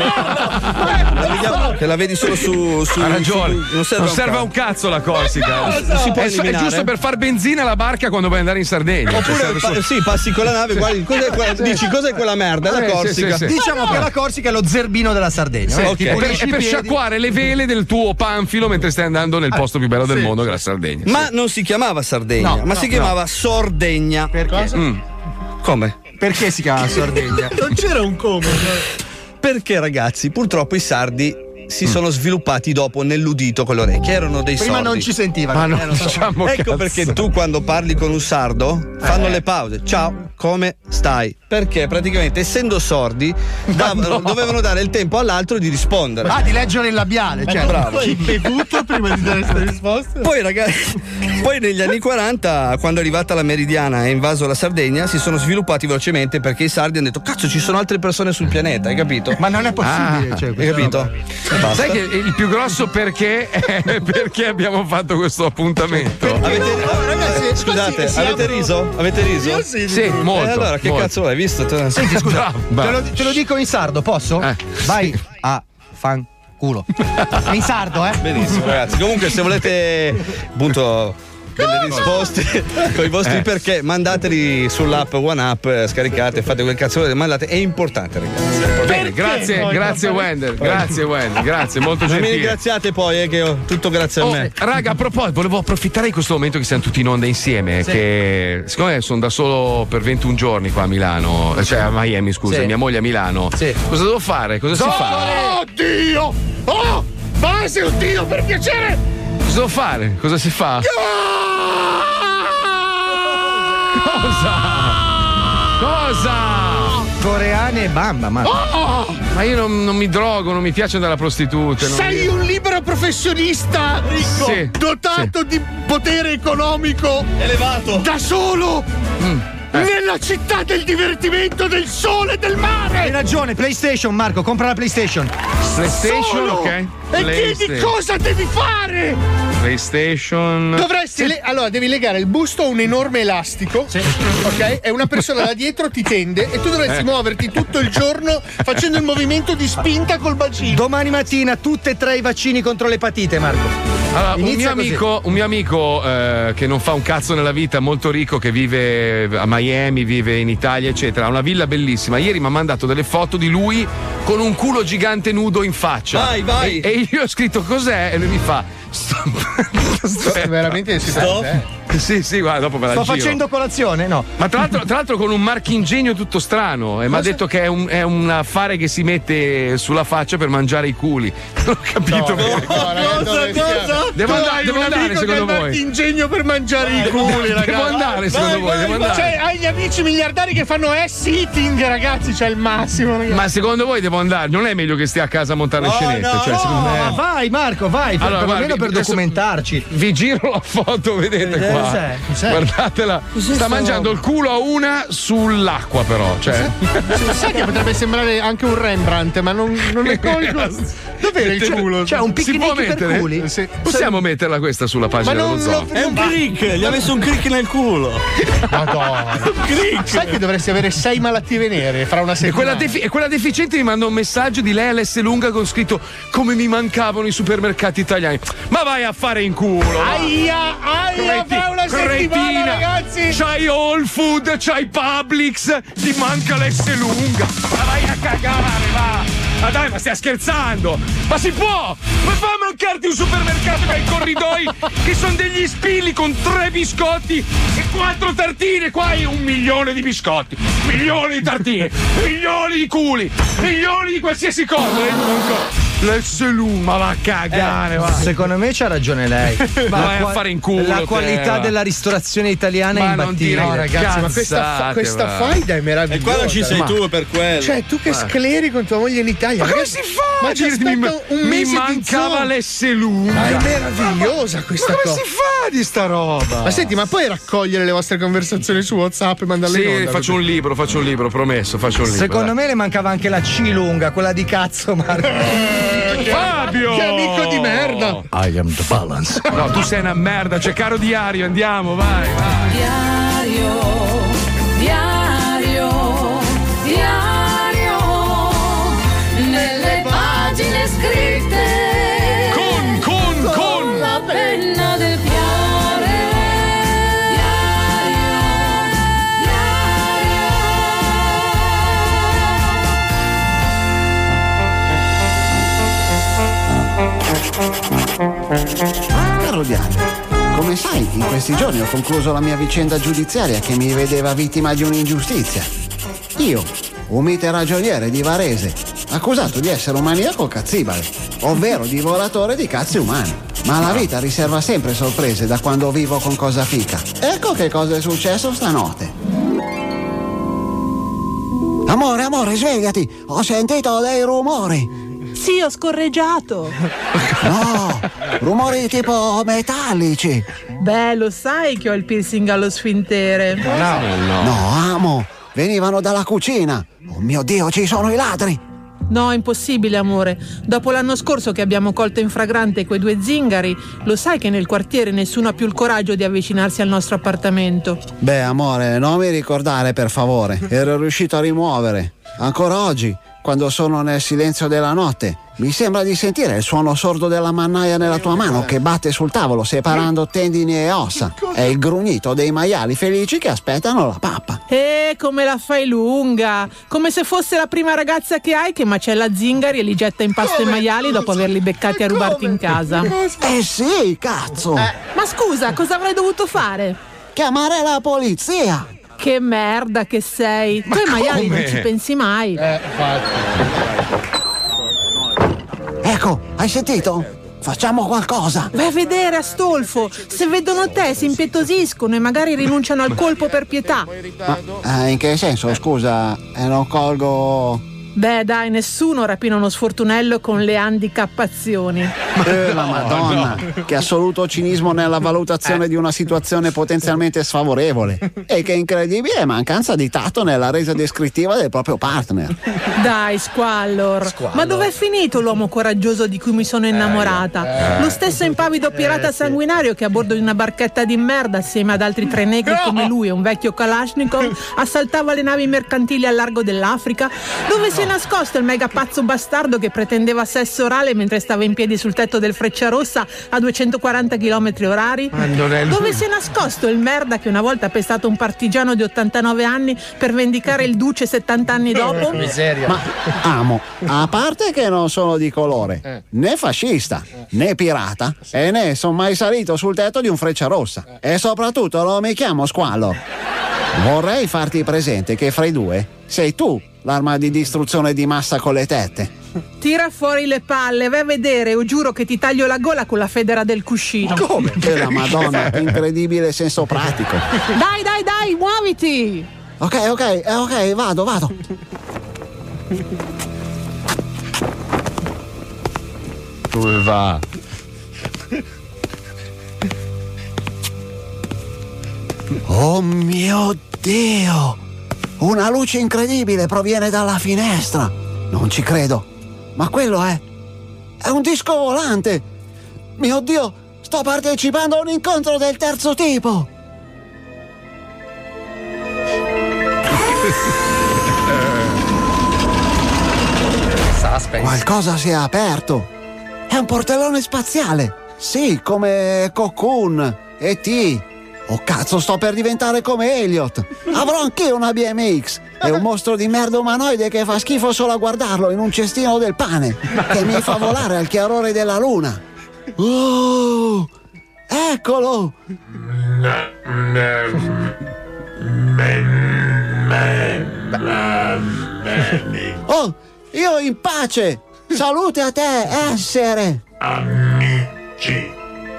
La vediamo- che la vedi solo su. su Ha ragione. su- non serve, non serve a un cazzo la Corsica. No, no, si può è, è eliminare. giusto per far benzina alla barca quando vuoi andare in Sardegna. Cioè, Oppure serve pa- solo- sì, passi con la nave, guardi, cos'è quella- dici cos'è quella merda? La Eh, sì, Corsica. sì, sì. Diciamo che la Corsica è lo zerbino della Sardegna. Sì, eh, ok. ti È per, pulisci è i per piedi. sciacquare le vele del tuo panfilo mentre stai andando nel posto più bello del mondo, che è la Sardegna. Ma non si chiamava Sardegna, No, ma no, si chiamava Sordegna. Perché? Mm. Come? Perché si chiama Sardegna? Non c'era un come. Perché, ragazzi, purtroppo i sardi si sono sviluppati dopo nell'udito con le orecchie. Erano dei Prima sordi. non ci sentivano. Ma non Eh, lo so. diciamo Ecco cazzo. perché tu quando parli con un sardo fanno Eh. le pause. Ciao, come stai? Perché praticamente essendo sordi davano- dovevano dare il tempo all'altro di rispondere. Ah, di leggere il labiale, cioè. bravo. Hai bevuto prima di dare questa risposta? Poi ragazzi, poi negli anni quaranta, quando è arrivata la meridiana e ha invaso la Sardegna, si sono sviluppati velocemente perché i sardi hanno detto cazzo ci sono altre persone sul pianeta, hai capito? Ma non è possibile, Ah, cioè, Hai questa capito? roba. E basta. Sai che il più grosso perché è perché abbiamo fatto questo appuntamento? Avete, No, ragazzi, scusate, si avete aprono- riso? Avete riso? Io sì, Sì, molto. Eh, allora che molto. cazzo l'hai visto? Te- Senti, scusa, Bravo, te, bravo. lo, te lo dico in sardo, posso? Eh. Vai a fanculo. È in sardo, eh? Benissimo, ragazzi. Comunque, se volete appunto delle risposte con i vostri Eh. perché, mandateli sull'app OneUp, eh, scaricate, fate quel cazzo che mandate. È importante, ragazzi. Bene, grazie, poi grazie non- Wender, grazie Wender, grazie, molto Non mi gentile. ringraziate poi, eh, che ho tutto grazie a Oh, me. raga, a proposito, volevo approfittare di questo momento che siamo tutti in onda insieme. Sì. Che siccome sono da solo per ventuno giorni qua a Milano, cioè a Miami, scusa, Sì. mia moglie a Milano. Sì. Cosa devo fare? Cosa si fa? Oh Dio! Oh! Base, oddio, per piacere! Cosa devo fare? Cosa si fa? Cosa? Cosa? Coreane e bamba, ma. Oh! Ma io non, non mi drogo, non mi piace andare alla prostituta. non- Sei un libero professionista, ricco, Sì, dotato di potere economico, Elevato. da solo, Mm, eh. nella città del divertimento, del sole e del mare. Hai ragione, PlayStation, Marco, compra la PlayStation. PlayStation, Solo. ok? E chiedi PlayStation. cosa devi fare. PlayStation. Dovresti le- allora devi legare il busto a un enorme elastico, ok? E una persona da dietro ti tende e tu dovresti Eh. muoverti tutto il giorno facendo il movimento di spinta col bacino. Domani mattina tutte e tre i vaccini contro l'epatite, Marco. Allora, un Inizia mio così. amico, un mio amico eh, che non fa un cazzo nella vita, molto ricco, che vive a Miami, vive in Italia, eccetera, ha una villa bellissima. Ieri mi ha mandato delle foto di lui con un culo gigante nudo in faccia. Vai, vai. E, e io ho scritto cos'è? E lui mi fa. Aspetta. Veramente si Stop. prende, eh? Sì, sì, guarda, dopo me la Sto giro. facendo colazione? No. Ma tra l'altro, tra l'altro con un marchingegno tutto strano e mi ha detto che è un, è un affare che si mette sulla faccia per mangiare i culi. Non ho capito bene. No, ragazzi, dove stiamo? Devo Tu andare- hai devo un andare, amico secondo che ha voi? ingegno per mangiare i culi, ragazzi. Devo andare, secondo voi? Devo andare. Cioè, hai gli amici miliardari che fanno ass-eating, ragazzi, c'è il massimo, ragazzi. Ma secondo voi devo andare? Non è meglio che stia a casa a montare le No, scenette? no, cioè, No, secondo me. ma vai, Marco, vai, per, Allora, perlomeno guardi, per adesso- documentarci. Vi giro la foto, vedete Eh, qua. cos'è? Cos'è? Guardatela. Sta sta mangiando il culo a una sull'acqua, però. Cioè. Sai che potrebbe sembrare anche un Rembrandt, ma non, non ne colgo. Dov'era il culo? Cioè, un Si può picnic per mettere? culi? Sì. Possiamo metterla questa sulla pagina Ma non dello zoo? lo- È un click, gli ha messo un click nel culo. Madonna. Sai che dovresti avere sei malattie venere fra una E settimana? quella, defi- e quella deficiente mi manda un messaggio di lei all'S lunga con scritto come mi mancavano i supermercati italiani. Ma vai a fare in culo! va. Aia, aia, Come ti- fa una cretina. ragazzi. C'hai Whole Food, c'hai Publix, ti manca l'S lunga. Ma vai a cagare, va. Ma dai, ma stai scherzando? Ma si può? Ma fa mancarti un supermercato che ha i corridoi che sono degli spilli con tre biscotti e quattro tartine. Qua hai un milione di biscotti, milioni di tartine, milioni di culi, milioni di qualsiasi cosa. E l'S lunga, ma va a cagare, eh, va. Secondo me c'ha ragione lei. Ma vai a fare in culo. La te, qualità va. della ristorazione italiana Ma è non imbattibile. dire No, ragazzi, cazzate, ma questa, fa- questa va. faida è meravigliosa. E qua ci sei Ma- tu per quello. Cioè, tu che Ma- scleri con tua moglie in Italia. Ma come ragazzi, si fa? Ma ci Mi- aspetta un mi mese di mancava zoo. l'S lunga. Ma è meravigliosa questa ma come cosa. si fa di sta roba? Ma senti, ma puoi raccogliere le vostre conversazioni su WhatsApp e mandarle in Sì, onda? faccio un libro, faccio un libro, promesso, faccio un libro. Secondo dai. me le mancava anche la C lunga, quella di cazzo, Marco. Fabio! Che amico di merda! I am the balance. No, tu sei una merda, c'è caro diario, andiamo, vai, vai. Diario, diario, diario, nelle pagine scritte Con, con, con la penna del fiare. Caro Diario, come sai, in questi giorni ho concluso la mia vicenda giudiziaria che mi vedeva vittima di un'ingiustizia. Io, un mite ragioniere di Varese, accusato di essere un maniaco cazzibale, ovvero divoratore di cazzi umani. Ma la vita riserva sempre sorprese da quando vivo con Cosa Fica. Ecco che cosa è successo stanotte. Amore, amore, svegliati! Ho sentito dei rumori! Sì, ho scorreggiato. No, rumori tipo metallici. Beh, lo sai che ho il piercing allo sfintere. No, no, amo, venivano dalla cucina. Oh mio Dio, ci sono i ladri. No, impossibile, amore. Dopo l'anno scorso che abbiamo colto in fragrante quei due zingari, lo sai che nel quartiere nessuno ha più il coraggio di avvicinarsi al nostro appartamento. Beh, amore, non mi ricordare, per favore. Ero riuscito a rimuovere. Ancora oggi, quando sono nel silenzio della notte, mi sembra di sentire il suono sordo della mannaia nella tua mano che batte sul tavolo separando tendini e ossa. È il grugnito dei maiali felici che aspettano la pappa. E come la fai lunga? Come se fosse la prima ragazza che hai che macella zingari e li getta in pasta ai maiali dopo averli beccati a rubarti in casa. Eh sì, cazzo! Ma scusa, cosa avrei dovuto fare? Chiamare la polizia! Che merda che sei! Tu ai maiali non ci pensi mai. Eh, Ecco, hai sentito? Facciamo qualcosa! Vai a vedere, Astolfo! Se vedono te si impietosiscono e magari rinunciano al colpo per pietà. Ma eh, in che senso, scusa? Eh, non colgo... Beh, dai, nessuno rapina uno sfortunello con le handicappazioni. Eh, la Madonna, che assoluto cinismo nella valutazione di una situazione potenzialmente sfavorevole. E che incredibile mancanza di tatto nella resa descrittiva del proprio partner. Dai, Squallor. Ma dov'è finito l'uomo coraggioso di cui mi sono innamorata? Eh. Lo stesso impavido pirata sanguinario che a bordo di una barchetta di merda assieme ad altri tre negri come lui e un vecchio Kalashnikov assaltava le navi mercantili al largo dell'Africa? Dove si è nascosto il mega pazzo bastardo che pretendeva sesso orale mentre stava in piedi sul tetto del Frecciarossa a duecentoquaranta chilometri orari? Dove si è nascosto il merda che una volta ha pestato un partigiano di ottantanove anni per vendicare il duce settanta anni dopo? Miseria. Ma amo, a parte che non sono di colore, né fascista, né pirata, e né sono mai salito sul tetto di un Frecciarossa. E soprattutto non mi chiamo Squallor. Vorrei farti presente che fra i due sei tu l'arma di distruzione di massa con le tette. Tira fuori le palle, vai a vedere, o giuro che ti taglio la gola con la federa del cuscino. Come? Che la Madonna, che incredibile senso pratico. Dai, dai, dai, muoviti! Ok, ok, eh, ok, vado, vado. Dove va? Oh mio Dio! Una luce incredibile proviene dalla finestra. Non ci credo. Ma quello è... è un disco volante. Mio Dio, sto partecipando a un incontro del terzo tipo. Qualcosa si è aperto. È un portellone spaziale. Sì, come Cocoon, E T Oh cazzo, sto per diventare come Elliot. Avrò anch'io una B M X. È un mostro di merda umanoide che fa schifo solo a guardarlo in un cestino del pane, che mi fa volare al chiarore della luna. Oh, eccolo! Oh, io in pace! Salute a te, essere! Amici,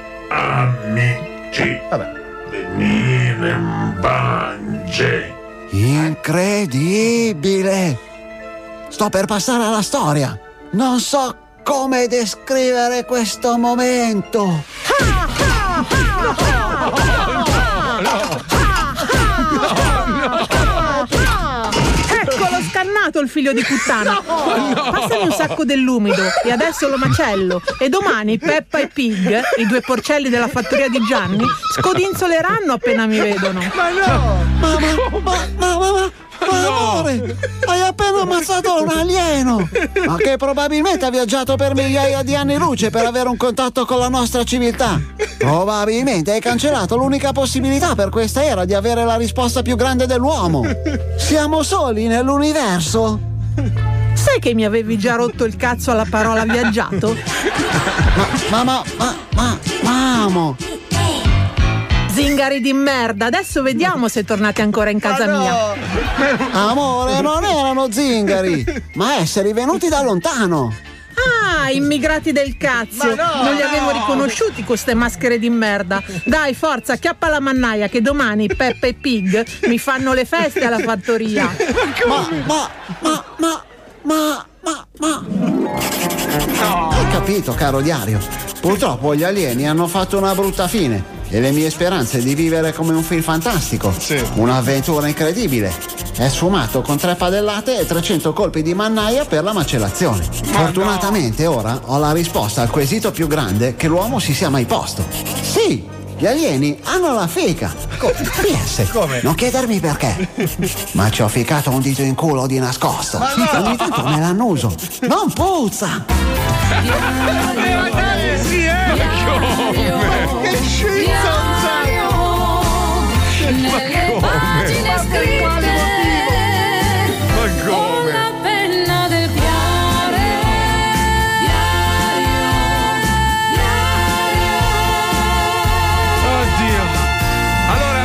amici, venire in pace. Incredibile! Sto per passare alla storia. Non so come descrivere questo momento. Eccolo scannato il figlio di puttana. Passami un sacco dell'umido e adesso lo macello. E domani Peppa e Pig, i due porcelli della fattoria di Gianni, scodinzoleranno appena mi vedono. Ma no! Ma, ma, ma, ma, ma, ma, ma amore, hai appena ammazzato un alieno, ma che probabilmente ha viaggiato per migliaia di anni luce per avere un contatto con la nostra civiltà. Probabilmente hai cancellato l'unica possibilità per questa era di avere la risposta più grande dell'uomo. Siamo soli nell'universo. Sai che mi avevi già rotto il cazzo alla parola viaggiato? Ma, ma, ma, ma, ma, amo. Zingari di merda, adesso vediamo se tornate ancora in casa no. mia. Amore, non erano zingari, ma esseri venuti da lontano. Ah, immigrati del cazzo! No, non li no. avevo riconosciuti queste maschere di merda. Dai, forza, acchiappa la mannaia che domani Peppa e Pig mi fanno le feste alla fattoria. Ma, ma, ma, ma, ma, ma, ma. No. Hai capito, caro diario? Purtroppo gli alieni hanno fatto una brutta fine e le mie speranze di vivere come un film fantastico, sì. Un'avventura incredibile, è sfumato con tre padellate e trecento colpi di mannaia per la macellazione. Ma Fortunatamente no. Ora ho la risposta al quesito più grande che l'uomo si sia mai posto. Sì, gli alieni hanno la fica. Come? P S. Come? Non chiedermi perché. Ma ci ho ficcato un dito in culo di nascosto. Ma no. Ogni tanto me l'annuso. Non puzza. Sì, eh? Che scizzo! Nelle pagine scritte con la penna del cuore. Oddio. Allora,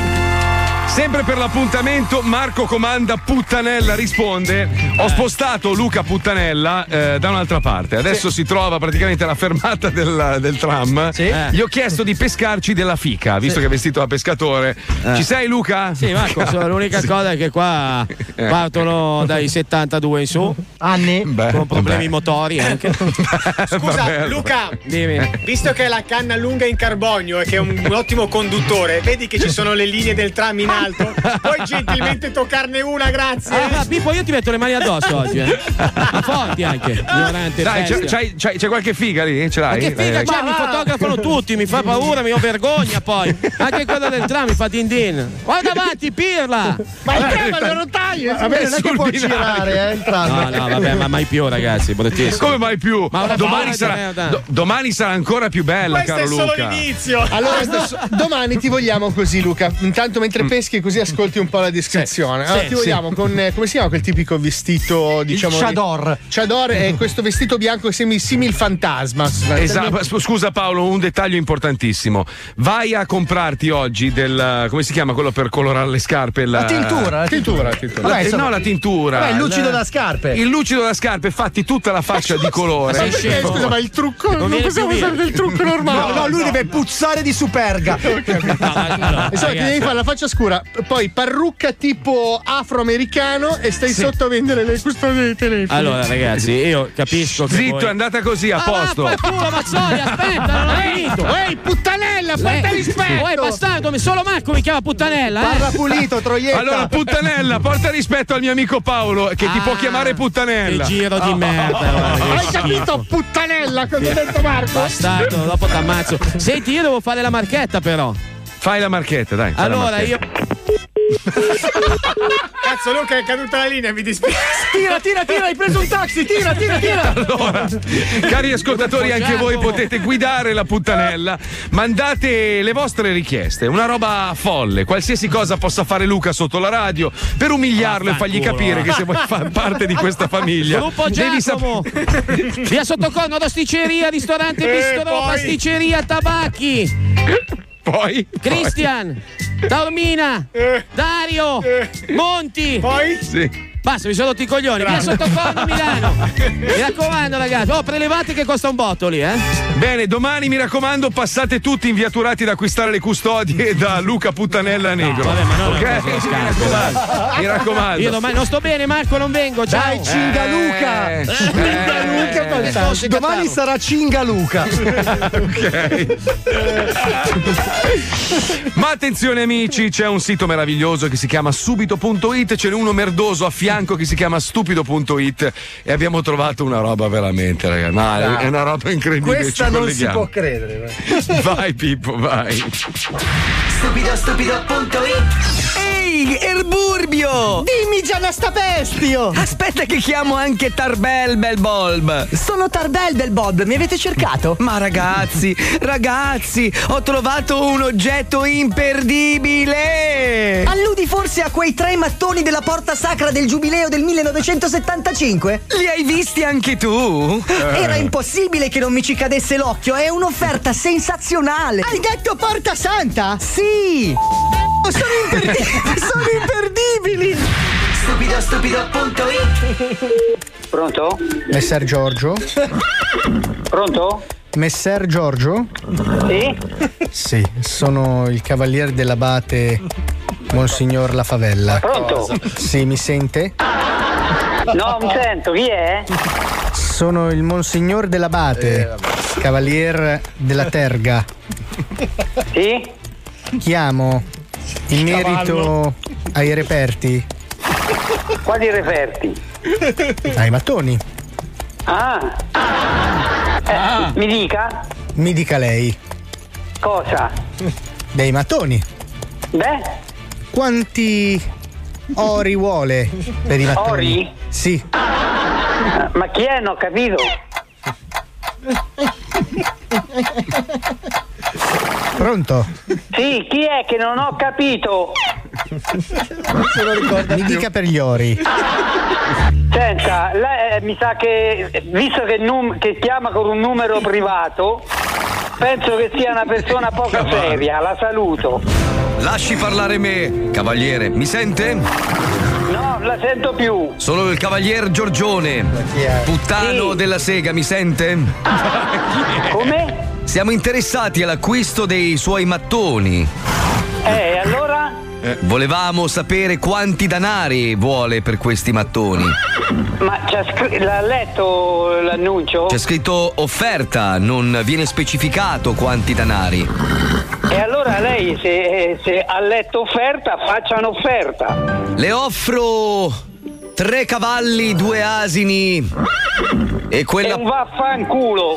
sempre per l'appuntamento, Marco comanda Puttanella risponde: ho spostato Luca Puttanella eh, da un'altra parte, adesso sì. Si trova praticamente alla fermata del, del tram. Sì. Eh. Gli ho chiesto di pescarci della fica, visto sì. Che è vestito da pescatore. Eh. Ci sei, Luca? Sì, Marco, l'unica sì. cosa è che qua partono dai settantadue in su anni. Beh, con problemi beh. motori anche. Scusa, vabbè, Luca, dimmi. Visto che è la canna lunga in carbonio e che è un, un ottimo conduttore, vedi che ci sono le linee del tram in alto? Puoi gentilmente toccarne una, grazie. Ah, Pippo, io ti metto le mani addosso oggi, eh. Ma forti anche. Ignorante. Dai, c'è, c'hai, c'hai, c'è qualche figa lì? Ce l'hai? Ma che figa c'è? Mi fotografano tutti, mi fa paura, mi ho vergogna poi. Anche quella del tram mi fa din din. Guarda avanti, pirla! Ma il tema le rotaie! Vabbè, non è che può girare, eh, il tram. No, no, vabbè, ma mai più, ragazzi, bruttissimo. Come mai più? Ma domani sarà, do, domani sarà ancora più bella, questo caro Luca. Questo è solo l'inizio. Allora, adesso, domani ti vogliamo così, Luca. Intanto mentre peschi così ascolti un po' la descrizione. Allora, sì, ti vogliamo sì. con, come si chiama quel tipico vestito, diciamo. Il chador. Chador è questo vestito bianco che sembra simil fantasma. Esatto. Scusa Paolo, un dettaglio importantissimo. Vai a comprarti oggi del, come si chiama quello per colorare le scarpe? La, la tintura. La tintura. tintura, tintura. Vabbè, la, no, la tintura. Vabbè, il lucido da scarpe. Il lucido da scarpe, fatti tutta la faccia di colore. Ma perché, scusa, ma il trucco non, non possiamo usare del trucco normale. No, no, lui deve puzzare di superga. Insomma, ti devi fare la faccia scura, poi parrucca tipo afroamericano e stai sì. sotto a vendere le custodie dei telefoni. Allora, ragazzi, io capisco che zitto, voi... è andata così, a ah, posto. Ma culo, Mazzoli, aspetta, non ho finito. Ehi, puttanella, porta rispetto. Ehi, bastardo, solo Marco mi chiama puttanella, eh? Parla pulito, troietta. Allora, puttanella, porta rispetto al mio amico Paolo, che ah, ti può chiamare puttanella. Che giro di oh, merda. Oh, oh, oh, Hai capito, puttanella, cosa ha detto Marco? Bastardo, dopo t'ammazzo. Senti, io devo fare la marchetta, però. Fai la marchetta, dai. Allora, marchetta. io Cazzo, Luca, è caduta la linea, mi dispiace. Tira, tira, tira, hai preso un taxi, tira, tira, tira. Allora, cari ascoltatori, anche voi potete guidare la puttanella. Mandate le vostre richieste, una roba folle, qualsiasi cosa possa fare Luca sotto la radio per umiliarlo e fargli capire che se vuoi far parte di questa famiglia Gruppo devi Giacomo, via Sottoconno, d'osticceria, ristorante Eh, Bistro, poi? pasticceria Tabacchi. Poi? Cristian, Taormina, Dario, Monti. Poi? Sì. Basta, mi sono rotti i coglioni. Via Sottoconno, Milano. Mi raccomando, ragazzi. Oh, prelevate che costa un botto lì, eh. Bene, domani mi raccomando, passate tutti inviaturati ad acquistare le custodie da Luca Puttanella Negro. Vabbè, ma no, ok? no, no, mi, scherzo, raccomando, mi raccomando. Io domani non sto bene, Marco, non vengo. Ciao. Dai, Cinga Luca. Eh, Cinga Luca, fantastico. Domani sarà Cinga Luca. Ok. Ma attenzione amici, c'è un sito meraviglioso che si chiama subito punto it, ce n'è uno merdoso a fianco che si chiama stupido punto it e abbiamo trovato una roba veramente, ragazzi. Ma No. è una roba incredibile. Questa ci non colleghiamo. si può credere. Vai Pippo, vai. Stupido stupido punto it. Ehi, Erburbio! Dimmi Giannastapestio! Aspetta che chiamo anche Tarbel Bel Bulb. Sono Tarbel Bel Bob, mi avete cercato? Ma ragazzi, ragazzi, ho trovato un oggetto imperdibile! Alludi forse a quei tre mattoni della porta sacra del giubileo del millenovecentosettantacinque? Li hai visti anche tu? Era impossibile che non mi ci cadesse l'occhio, è un'offerta sensazionale! Hai detto porta santa? Sì! Sono imperdibili! Sono imperdibili! Stupido stupido punto it. Pronto? Messer Giorgio? Pronto? Messer Giorgio? Sì? Sì, sono il cavaliere dell'abate Monsignor La Favella. Pronto? Sì, mi sente? No, mi sento, chi è? Sono il Monsignor dell'abate, cavalier della Terga. Sì? Chiamo in merito ai reperti. Quali referti? Ai mattoni. Ah. Eh, mi dica? Mi dica lei. Cosa? Dei mattoni. Beh? Quanti ori vuole per i mattoni? Ori? Sì. Ma chi è? Non ho capito. Pronto? Sì, chi è che non ho capito? Mi dica per gli ori. Senta, lei, eh, mi sa che, visto che, num- che chiama con un numero privato, penso che sia una persona poco seria, la saluto. Lasci parlare me, cavaliere. Mi sente? No, la sento più. Sono il cavalier Giorgione, puttano Sì. della sega, mi sente? Come? Siamo interessati all'acquisto dei suoi mattoni. Eh, allora? Volevamo sapere quanti danari vuole per questi mattoni. Ma c'ha scr- l'ha letto l'annuncio? C'è scritto offerta, non viene specificato quanti danari. E allora lei, se, se ha letto offerta, faccia un'offerta. Le offro tre cavalli, due asini e quella. E un vaffanculo.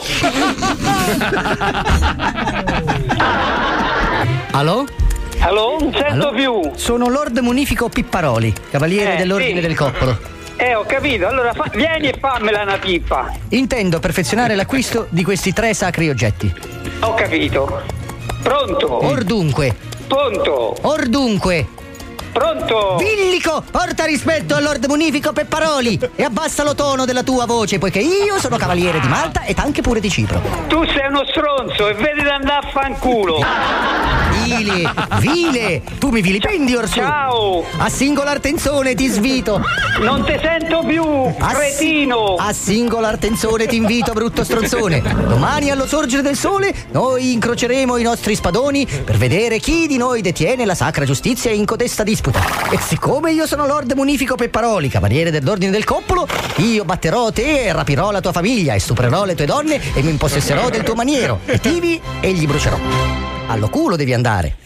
Allo? Allo? Non sento più. Sono Lord Munifico Pipparoli, cavaliere Eh, dell'Ordine sì. del Coppolo. Eh, ho capito. Allora fa- vieni e fammela una pippa. Intendo perfezionare l'acquisto di questi tre sacri oggetti. Ho capito. Pronto? Or dunque. Pronto? Or dunque. Pronto? Villico, porta rispetto al Lord Munifico Pepparoli e abbassa lo tono della tua voce, poiché io sono cavaliere di Malta ed anche pure di Cipro. Tu sei uno stronzo e vedi di andare a fanculo. Vile, vile, tu mi vilipendi orsù. Ciao. A singolar tenzone ti svito. Non ti sento più, A si- cretino. A singolar tenzone ti invito, brutto stronzone. Domani allo sorgere del sole noi incroceremo i nostri spadoni per vedere chi di noi detiene la sacra giustizia in codesta disputa. E siccome io sono Lord Munifico Pepparoli, cavaliere dell'Ordine del Coppolo, io batterò te e rapirò la tua famiglia e stuprerò le tue donne e mi impossesserò del tuo maniero e tivi e gli brucerò. Allo culo devi andare.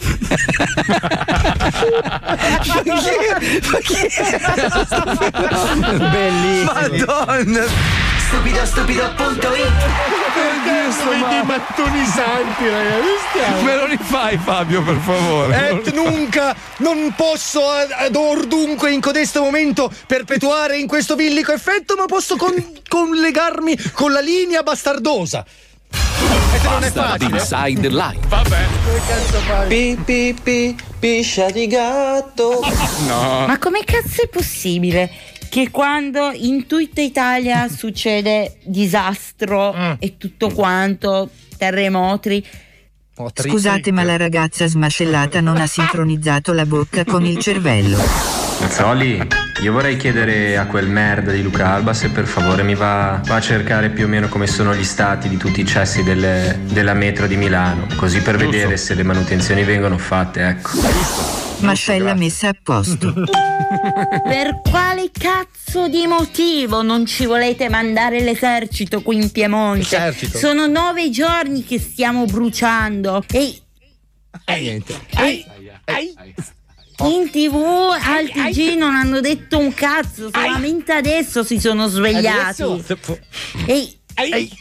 Bellissimo. Madonna. Stupido stupido punto it. questo, ma dei mattoni santi, ragazzi. Me lo rifai, Fabio, per favore? Et nunca non posso ad, ad or dunque in codesto momento perpetuare in questo villico effetto, ma posso con, collegarmi con la linea bastardosa. E non è Bastard facile. Inside Live. Vabbè. Pi pi pi piscia di gatto. No. Ma come cazzo è possibile che quando in tutta Italia succede disastro Mm. e tutto quanto, terremoti, Scusate, ma la ragazza smascellata non ha sincronizzato la bocca con il cervello. Mazzoli, io vorrei chiedere a quel merda di Luca Alba se per favore mi va, va a cercare più o meno come sono gli stati di tutti i cessi delle- della metro di Milano, così per Giusto. vedere se le manutenzioni vengono fatte, ecco. Mascella messa a posto. per quale cazzo di motivo non ci volete mandare l'esercito qui in Piemonte? Esercito? Sono nove giorni che stiamo bruciando e E niente. e- in tv al T G non hanno detto un cazzo, solamente adesso si sono svegliati. Adesso? Ehi, ehi,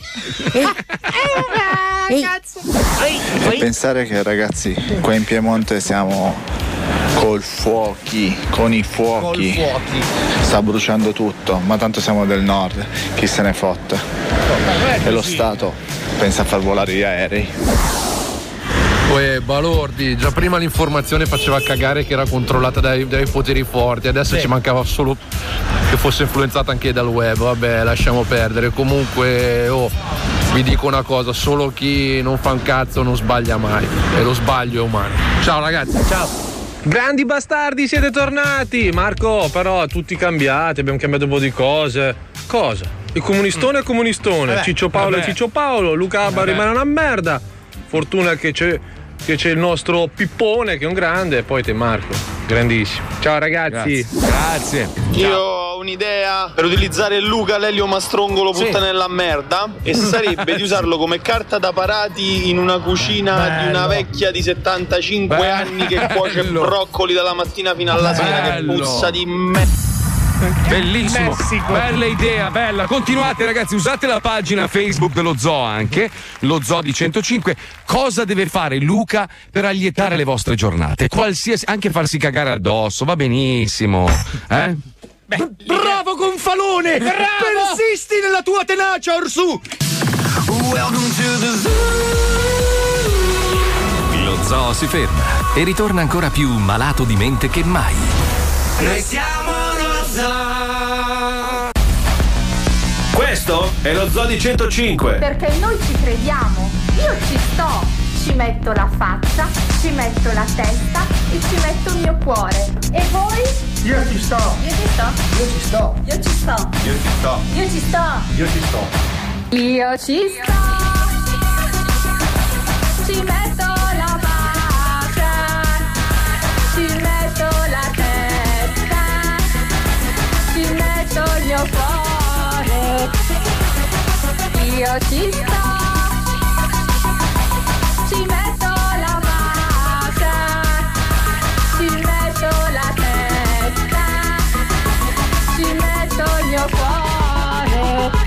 ehi. E pensare che ragazzi qua in Piemonte siamo col fuochi, con i fuochi. Col fuochi. Sta bruciando tutto, ma tanto siamo del nord, chi se ne fotte. E lo Stato pensa a far volare gli aerei. Uè, balordi, già prima l'informazione faceva cagare che era controllata dai, dai poteri forti, adesso Sì. ci mancava solo che fosse influenzata anche dal web. Vabbè, lasciamo perdere. Comunque, oh, vi dico una cosa, solo chi non fa un cazzo non sbaglia mai, e lo sbaglio è umano. Ciao ragazzi. Ciao. Grandi bastardi, siete tornati! Marco, però tutti cambiati, abbiamo cambiato un po' di cose. Cosa? Il comunistone è comunistone, Vabbè, Ciccio Paolo vabbè. è Ciccio Paolo, Luca Abba Vabbè. rimane una merda. Fortuna che c'è, che c'è il nostro Pippone che è un grande, e poi te Marco, grandissimo. Ciao ragazzi. Grazie. Io ho un'idea per utilizzare Luca Lelio Mastrongolo Sì. puttanella a merda e sarebbe di usarlo come carta da parati in una cucina di una Bello. vecchia di settantacinque Bello. anni che cuoce broccoli dalla mattina fino alla sera, che Bello. puzza di me. Bellissimo, Messico. bella idea, bella. Continuate ragazzi, usate la pagina Facebook dello Zoo anche, lo Zoo di centocinque. Cosa deve fare Luca per allietare le vostre giornate? Qualsiasi, anche farsi cagare addosso, va benissimo. Eh? Bravo Gonfalone! Persisti nella tua tenacia, Orsù! Lo Zoo si ferma e ritorna ancora più malato di mente che mai. Noi siamo lo Zoo. Questo è lo Zoo di centocinque. Perché noi ci crediamo. Io ci sto. Ci metto la faccia, ci metto la testa e ci metto il mio cuore. E voi? Io ci sto. Io ci sto. Io ci sto. Io ci sto. Io ci sto. Io ci sto. Io ci sto. Io ci sto. Ci metto la faccia, ci metto la testa, ci metto il mio cuore. Io ci sto. Ci metto la faccia, ci metto la testa, ci metto il mio cuore.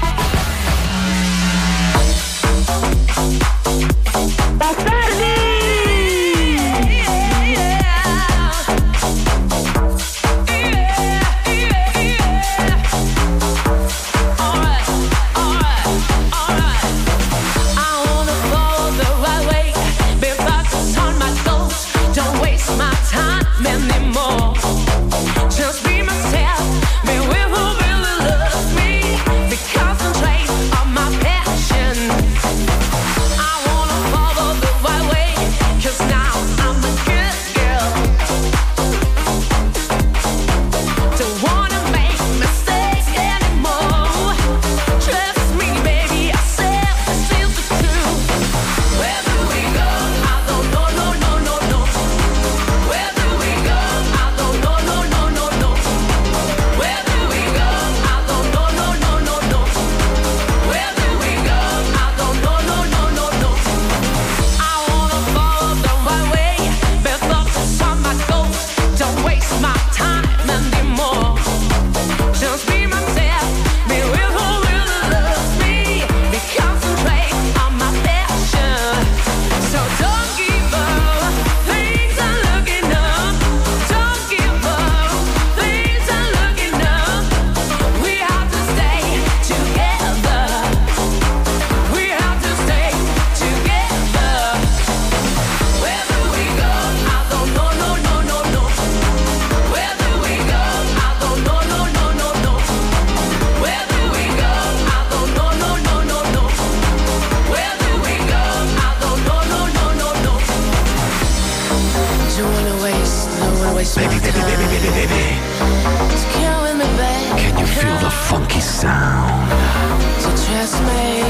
Just be myself, be with who really loves me. Be concentrate on my passion. I wanna follow sound. So trust me,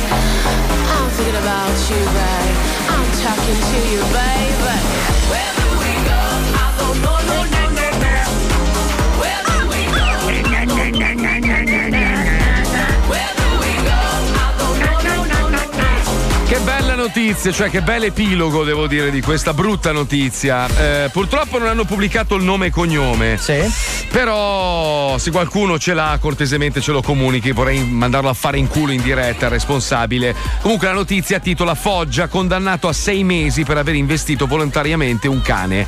I'm thinking about you, babe. I'm talking to you, baby. Wherever we go, I go no, no, no, no, no. Wherever we go, na, na, na, na, na, na, na. Wherever we go, I go no, no, no, no, no. Che bella notizia, cioè che bel epilogo devo dire di questa brutta notizia. Eh, purtroppo non hanno pubblicato il nome e cognome. Sì. Però se qualcuno ce l'ha cortesemente ce lo comunichi, vorrei mandarlo a fare in culo in diretta il responsabile. Comunque la notizia titola Foggia condannato a sei mesi per aver investito volontariamente un cane.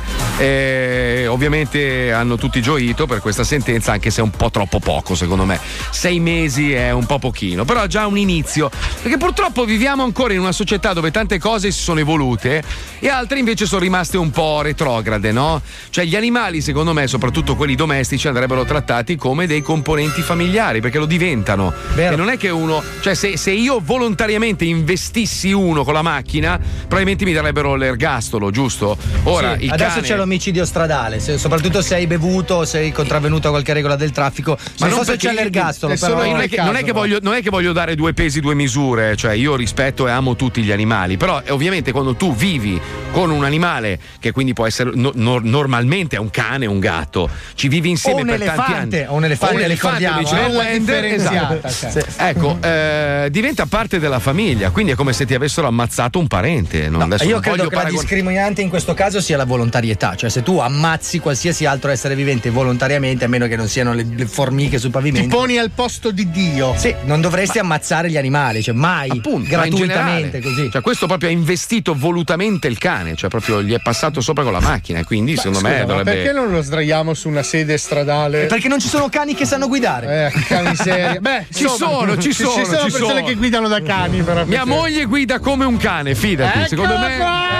Eh, ovviamente hanno tutti gioito per questa sentenza, anche se è un po' troppo poco secondo me. Sei mesi è un po' pochino, però già un inizio, perché purtroppo viviamo ancora in una società dove tante cose si sono evolute e altre invece sono rimaste un po' retrograde, no? Cioè gli animali secondo me, soprattutto quelli domestici, andrebbero trattati come dei componenti familiari, perché lo diventano. Vero. E non è che uno, cioè se, se io volontariamente investissi uno con la macchina probabilmente mi darebbero l'ergastolo, giusto? Ora Sì, il adesso cane... c'è l'omicidio stradale, se- soprattutto se hai bevuto o sei contravvenuto a qualche regola del traffico. Ma non so se perché c'è l'ergastolo, io- però non, è che, non, è che voglio, non è che voglio dare due pesi, due misure, cioè io rispetto e amo tutti gli animali, però eh, ovviamente quando tu vivi con un animale che quindi può essere no- no- normalmente è un cane, un gatto, ci vivi insieme O un per tanti elefante, anni. o un elefante, O un elefante, ricordiamo, diceva eh? Wender, Differenziata, esatto. cioè. Sì. Ecco, eh, diventa parte della famiglia, quindi è come se ti avessero ammazzato un parente. Non, adesso Io non credo voglio che la paragon- discriminante in questo caso sia la volontarietà, cioè se tu ammazzi qualsiasi altro essere vivente volontariamente, a meno che non siano le, le formiche sul Ti pavimento. poni al posto di Dio. Sì, non dovresti ammazzare gli animali, cioè mai, Appunto, gratuitamente ma in generale, così. Cioè questo proprio ha investito volutamente il cane, cioè proprio gli è passato sopra con la macchina e quindi secondo Scusa, me ma dovrebbe... perché non lo sdraiamo su una sede stradale? Perché non ci sono cani che sanno guidare. Eh, che miseria. Beh, Ci insomma, sono, ci sono, Ci sono ci persone sono. che guidano da cani, però. Mia moglie guida come un cane, fidati, Eccola secondo me...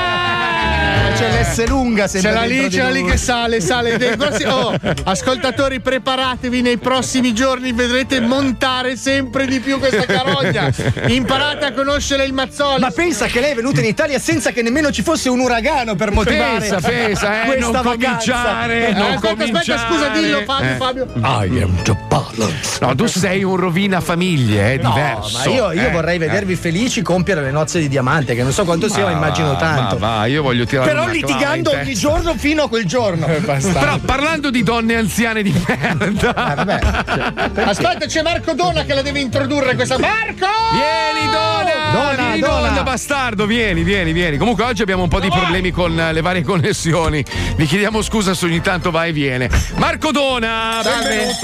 Eh, c'è l'S lunga sempre C'è la dentro lì, di c'è la lì lui. che sale, sale. Dei grossi- Oh, ascoltatori, preparatevi, nei prossimi giorni vedrete montare sempre di più questa carogna. Imparate a conoscere il Mazzoli. Ma pensa che lei è venuta in Italia senza che nemmeno ci fosse un uragano per motivare Pensa, pensa, eh, questa non vacanza. cominciare, Eh, non aspetta, cominciare. aspetta, scusa, dillo Fabio, Eh. Fabio. I am the balance. No, tu sei un rovina famiglie, è No, diverso. ma io, io eh, vorrei vedervi eh. felici compiere le nozze di diamante, che non so quanto sia, ma immagino va, tanto. Ma va, io voglio tirare Però una clava litigando in ogni testa. giorno fino a quel giorno. Però parlando di donne anziane di merda. Eh, vabbè, cioè, Aspetta, c'è Marco Dona che la deve introdurre questa. Marco! Vieni Dona! Dona, vieni Dona. Dona, bastardo, vieni, vieni, vieni. Comunque oggi abbiamo un po' di problemi con eh, le varie connessioni. Vi chiediamo scusa se ogni tanto va e viene. Marco Dona, benvenuto!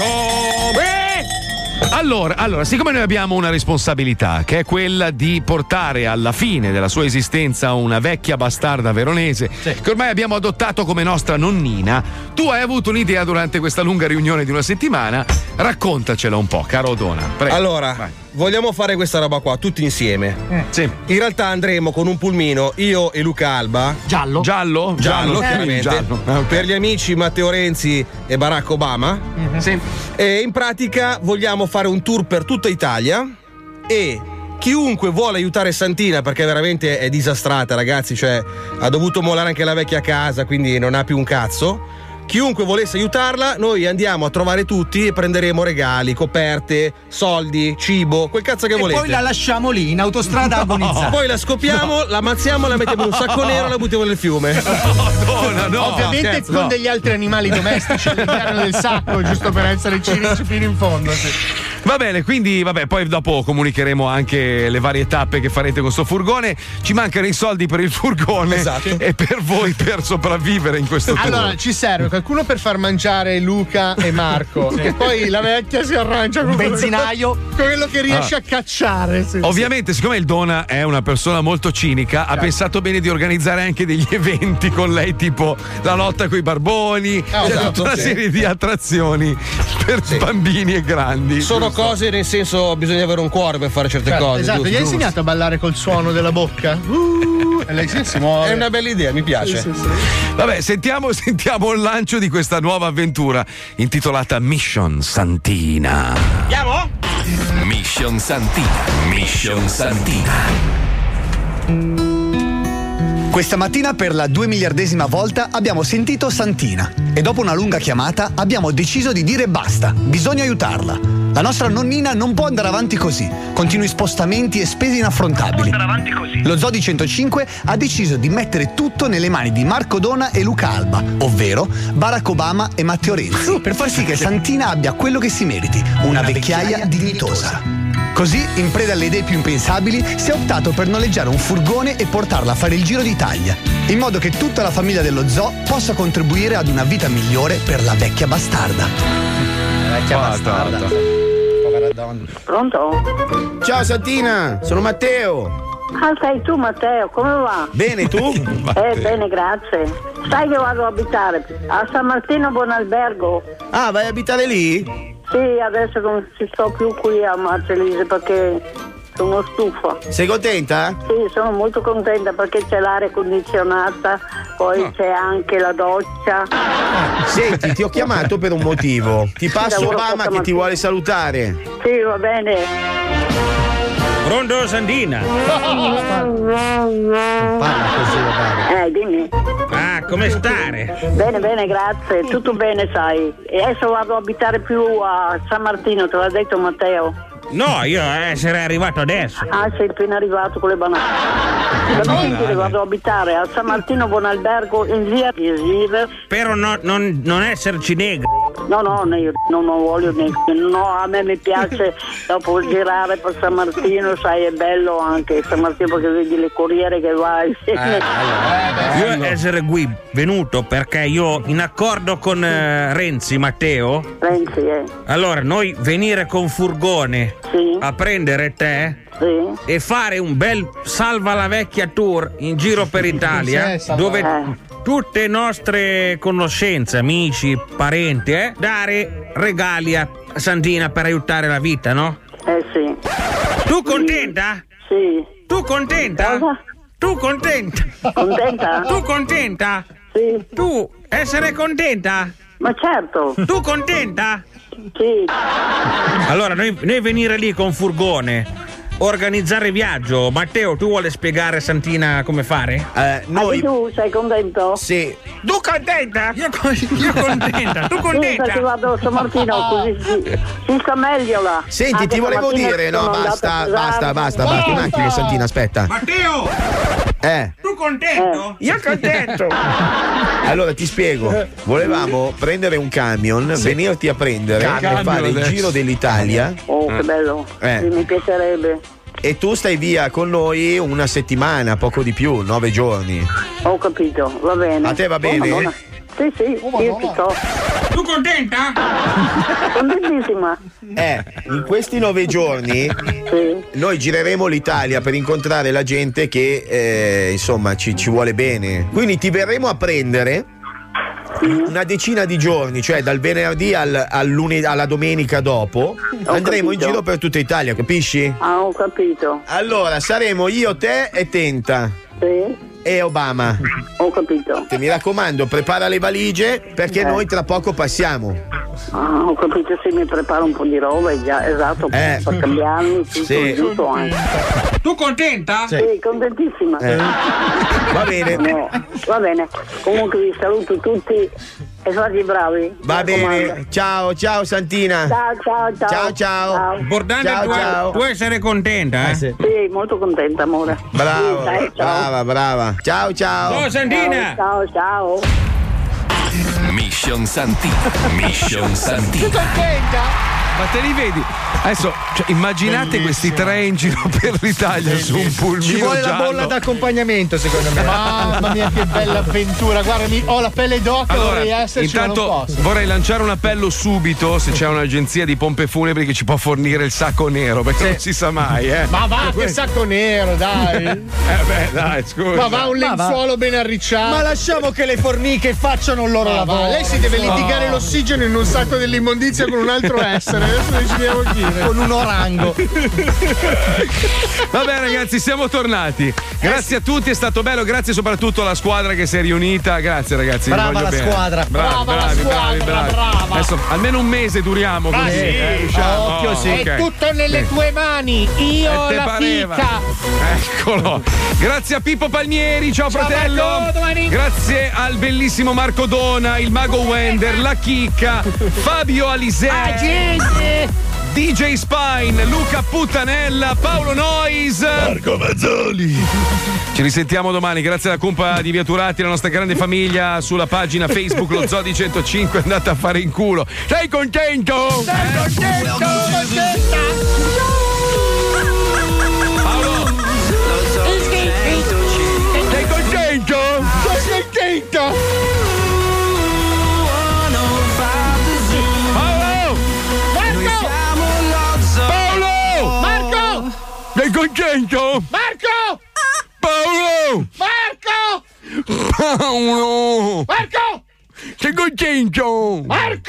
Eh! Allora, allora, siccome noi abbiamo una responsabilità che è quella di portare alla fine della sua esistenza una vecchia bastarda veronese che ormai abbiamo adottato come nostra nonnina, tu hai avuto un'idea durante questa lunga riunione di una settimana, raccontacela un po', caro Dona. Prego. Allora, Vai. vogliamo fare questa roba qua tutti insieme. Sì. In realtà andremo con un pulmino, io e Luca Alba. Giallo? Giallo? Giallo, Eh, chiaramente. giallo. Ah, ok. Per gli amici Matteo Renzi e Barack Obama. Sì. E in pratica vogliamo fare un tour per tutta Italia e chiunque vuole aiutare Santina, perché veramente è disastrata, ragazzi, cioè ha dovuto mollare anche la vecchia casa, quindi non ha più un cazzo. Chiunque volesse aiutarla, noi andiamo a trovare tutti e prenderemo regali, coperte, soldi, cibo, quel cazzo che E volete. poi la lasciamo lì in autostrada agonizzare. Poi la scopiamo, la ammazziamo, la mettiamo in un sacco nero e la buttiamo nel fiume. Dona, no. Ovviamente scherzo, con no. degli altri animali domestici all'interno del sacco, giusto per essere cinici fino in fondo. Sì. Va bene, quindi vabbè, poi dopo comunicheremo anche le varie tappe che farete con sto furgone. Ci mancano i soldi per il furgone Esatto. e per voi per sopravvivere in questo tour. Allora, ci serve qualcuno per far mangiare Luca e Marco. E poi la vecchia si arrangia con Un quello- benzinaio. con quello che riesce Ah. a cacciare. sì, Ovviamente, siccome il Dona è una persona molto cinica, ha pensato bene di organizzare anche degli eventi con lei, tipo la lotta coi barboni, Ah, c'è esatto, tutta una sì. serie di attrazioni per bambini e grandi. Sono giusto? cose, nel senso, bisogna avere un cuore per fare certe sì. cose. Esatto, giusto? gli hai insegnato a ballare col suono della bocca? Uh, e lei si, si muove. È una bella idea, mi piace. Sì, sì, sì. Vabbè, sentiamo, sentiamo il lancio di questa nuova avventura intitolata Mission Santina. Andiamo? Mission Santina. Mission Santina. Questa mattina per la due miliardesima volta abbiamo sentito Santina e dopo una lunga chiamata abbiamo deciso di dire basta, bisogna aiutarla. La nostra nonnina non può andare avanti così. Continui spostamenti e spese inaffrontabili. Lo Zoo di centocinque ha deciso di mettere tutto nelle mani di Marco Dona e Luca Alba, ovvero Barack Obama e Matteo Renzi, per far sì che Santina abbia quello che si meriti, una vecchiaia dignitosa. Così, in preda alle idee più impensabili, si è optato per noleggiare un furgone e portarla a fare il giro d'Italia, in modo che tutta la famiglia dello zoo possa contribuire ad una vita migliore per la vecchia bastarda. La vecchia bastarda. Povera donna. Pronto? Ciao Santina, sono Matteo. Ah, sei tu Matteo, come va? Bene, tu? Eh, bene, grazie. Sai che vado a abitare a San Martino Buonalbergo. Ah, vai a abitare lì? Sì, adesso non ci sto più qui a Marcellese perché sono stufa. Sei contenta? Sì, sono molto contenta perché c'è l'aria condizionata, poi no. c'è anche la doccia. Senti, ti ho chiamato per un motivo. Ti passo Obama che ti vuole salutare. Sì, va bene. Pronto Santina? Parla così, eh, dimmi. Ah, come stare? Bene, bene, grazie. Tutto bene, sai. E adesso vado a abitare più a San Martino, te l'ha detto Matteo. No, io essere arrivato adesso. Ah, sei appena arrivato con le banane. Devo sentire, vado a abitare a San Martino Buonalbergo in via Riesive. Però no, non, non esserci negri. No, no, io non, non voglio niente. No, a me mi piace dopo girare per San Martino, sai, è bello anche San Martino perché vedi le corriere che vai. Eh, allora, io essere qui venuto perché io in accordo con eh, Renzi, Matteo. Renzi, eh. Allora, noi venire con furgone sì. a prendere te. Sì. E fare un bel salva la vecchia tour in giro per Italia sì, dove eh. tutte le nostre conoscenze, amici, parenti, eh, dare regali a Santina per aiutare la vita, no? Eh sì. Tu contenta? Sì. Tu contenta? Cosa? Tu contenta? Contenta? Tu contenta? Sì. Tu essere contenta? Ma certo. Tu contenta? Sì. Allora noi, noi venire lì con furgone, organizzare viaggio. Matteo, tu vuole spiegare a Santina come fare? Eh, noi... Anche tu sei contento? Sì. Tu contenta? Io, io contenta. Tu contenta? Sì, perché vado a San Martino così si, si sta meglio là. Senti, Anche ti volevo stamattina dire, no, sono basta, andata a basta, basta, posare. basta, un attimo Santina, aspetta. Matteo! Eh. Tu contento? Eh. Io contento. Allora ti spiego, volevamo prendere un camion, sì. venirti a prendere Camion e fare adesso. il giro dell'Italia. Oh, che bello. Eh. Sì, mi piacerebbe. E tu stai via con noi una settimana, poco di più, nove giorni. Ho capito, va bene. A te va bene? Oh, sì, sì, oh, io ci sto. Tu contenta? Contentissima. Eh, in questi nove giorni sì. noi gireremo l'Italia per incontrare la gente che eh, insomma ci, ci vuole bene. Quindi ti verremo a prendere una decina di giorni, cioè dal venerdì al, al lunedì, alla domenica dopo. Ho andremo capito. in giro per tutta Italia, capisci? Ah, ho capito. Allora saremo io, te e Tenta. Sì. E Obama. Ho capito. Te mi raccomando, prepara le valigie perché eh. noi tra poco passiamo. Ah, ho capito, sì, mi preparo un po' di roba, già, esatto, Eh. per cambiarmi, tutto, Sì. tutto anche. Tu contenta? Sì, contentissima. Eh. Va bene. No, va bene. Comunque vi saluto tutti e fate i bravi. Va Mi raccomando. bene. Ciao, ciao Santina. Ciao, ciao, ciao. Ciao, ciao. Bordante, Ciao, tu, ciao. tu essere contenta, eh? Sì, molto contenta, amore. Bravo, Sì, dai, ciao. brava, brava. Ciao, ciao. Ciao Santina. Ciao, ciao. Mission Santina. Mission Santina. contenta? Ma te li vedi? Adesso cioè, immaginate questi tre in giro per l'Italia su un pulmino Ci vuole la giallo. bolla d'accompagnamento, secondo me. Mamma mia, che bella avventura. Guarda, mi, ho la pelle d'oca, Allora, vorrei esserci, ma non intanto posso. vorrei lanciare un appello subito se c'è un'agenzia di pompe funebri che ci può fornire il sacco nero, perché non si sa mai, eh. Ma va, che sacco nero, dai. Eh beh, dai, scusa. Ma va un Ma va. lenzuolo ben arricciato. Ma lasciamo che le formiche facciano il loro Ma lavoro. va, lei si deve litigare No. l'ossigeno in un sacco dell'immondizia con un altro essere. Adesso decidiamo chi. Con un orango. Vabbè ragazzi, siamo tornati. Grazie a tutti, è stato bello, grazie soprattutto alla squadra che si è riunita. Grazie ragazzi. vi Brava voglio la bene. squadra. Bravi, Brava la bravi, squadra, bravi, bravi. brava. Adesso almeno un mese duriamo Ma così. sì, eh, riusciamo. occhio, sì. ok. È tutto nelle tue mani. Io E te la pareva. fica. Eccolo. Grazie a Pippo Palmieri, ciao, Ciao, fratello. Marco, domani. Grazie al bellissimo Marco Dona, il mago Wender, la chicca, Fabio Alisei. Agente. D J Spine, Luca Puttanella, Paolo Nois, Marco Mazzoli. Ci risentiamo domani, grazie alla cumpa di Via Turati, la nostra grande famiglia sulla pagina Facebook Lo Zodi centocinque, andate a fare in culo. Sei contento? Sei contento? Contenta? Paolo! Sei contento? Sei contento? Paolo! Marco! Paolo! Marco! Sei contento? Marco! Paolo! Marco! Paolo! Marco! Sei contento? Marco!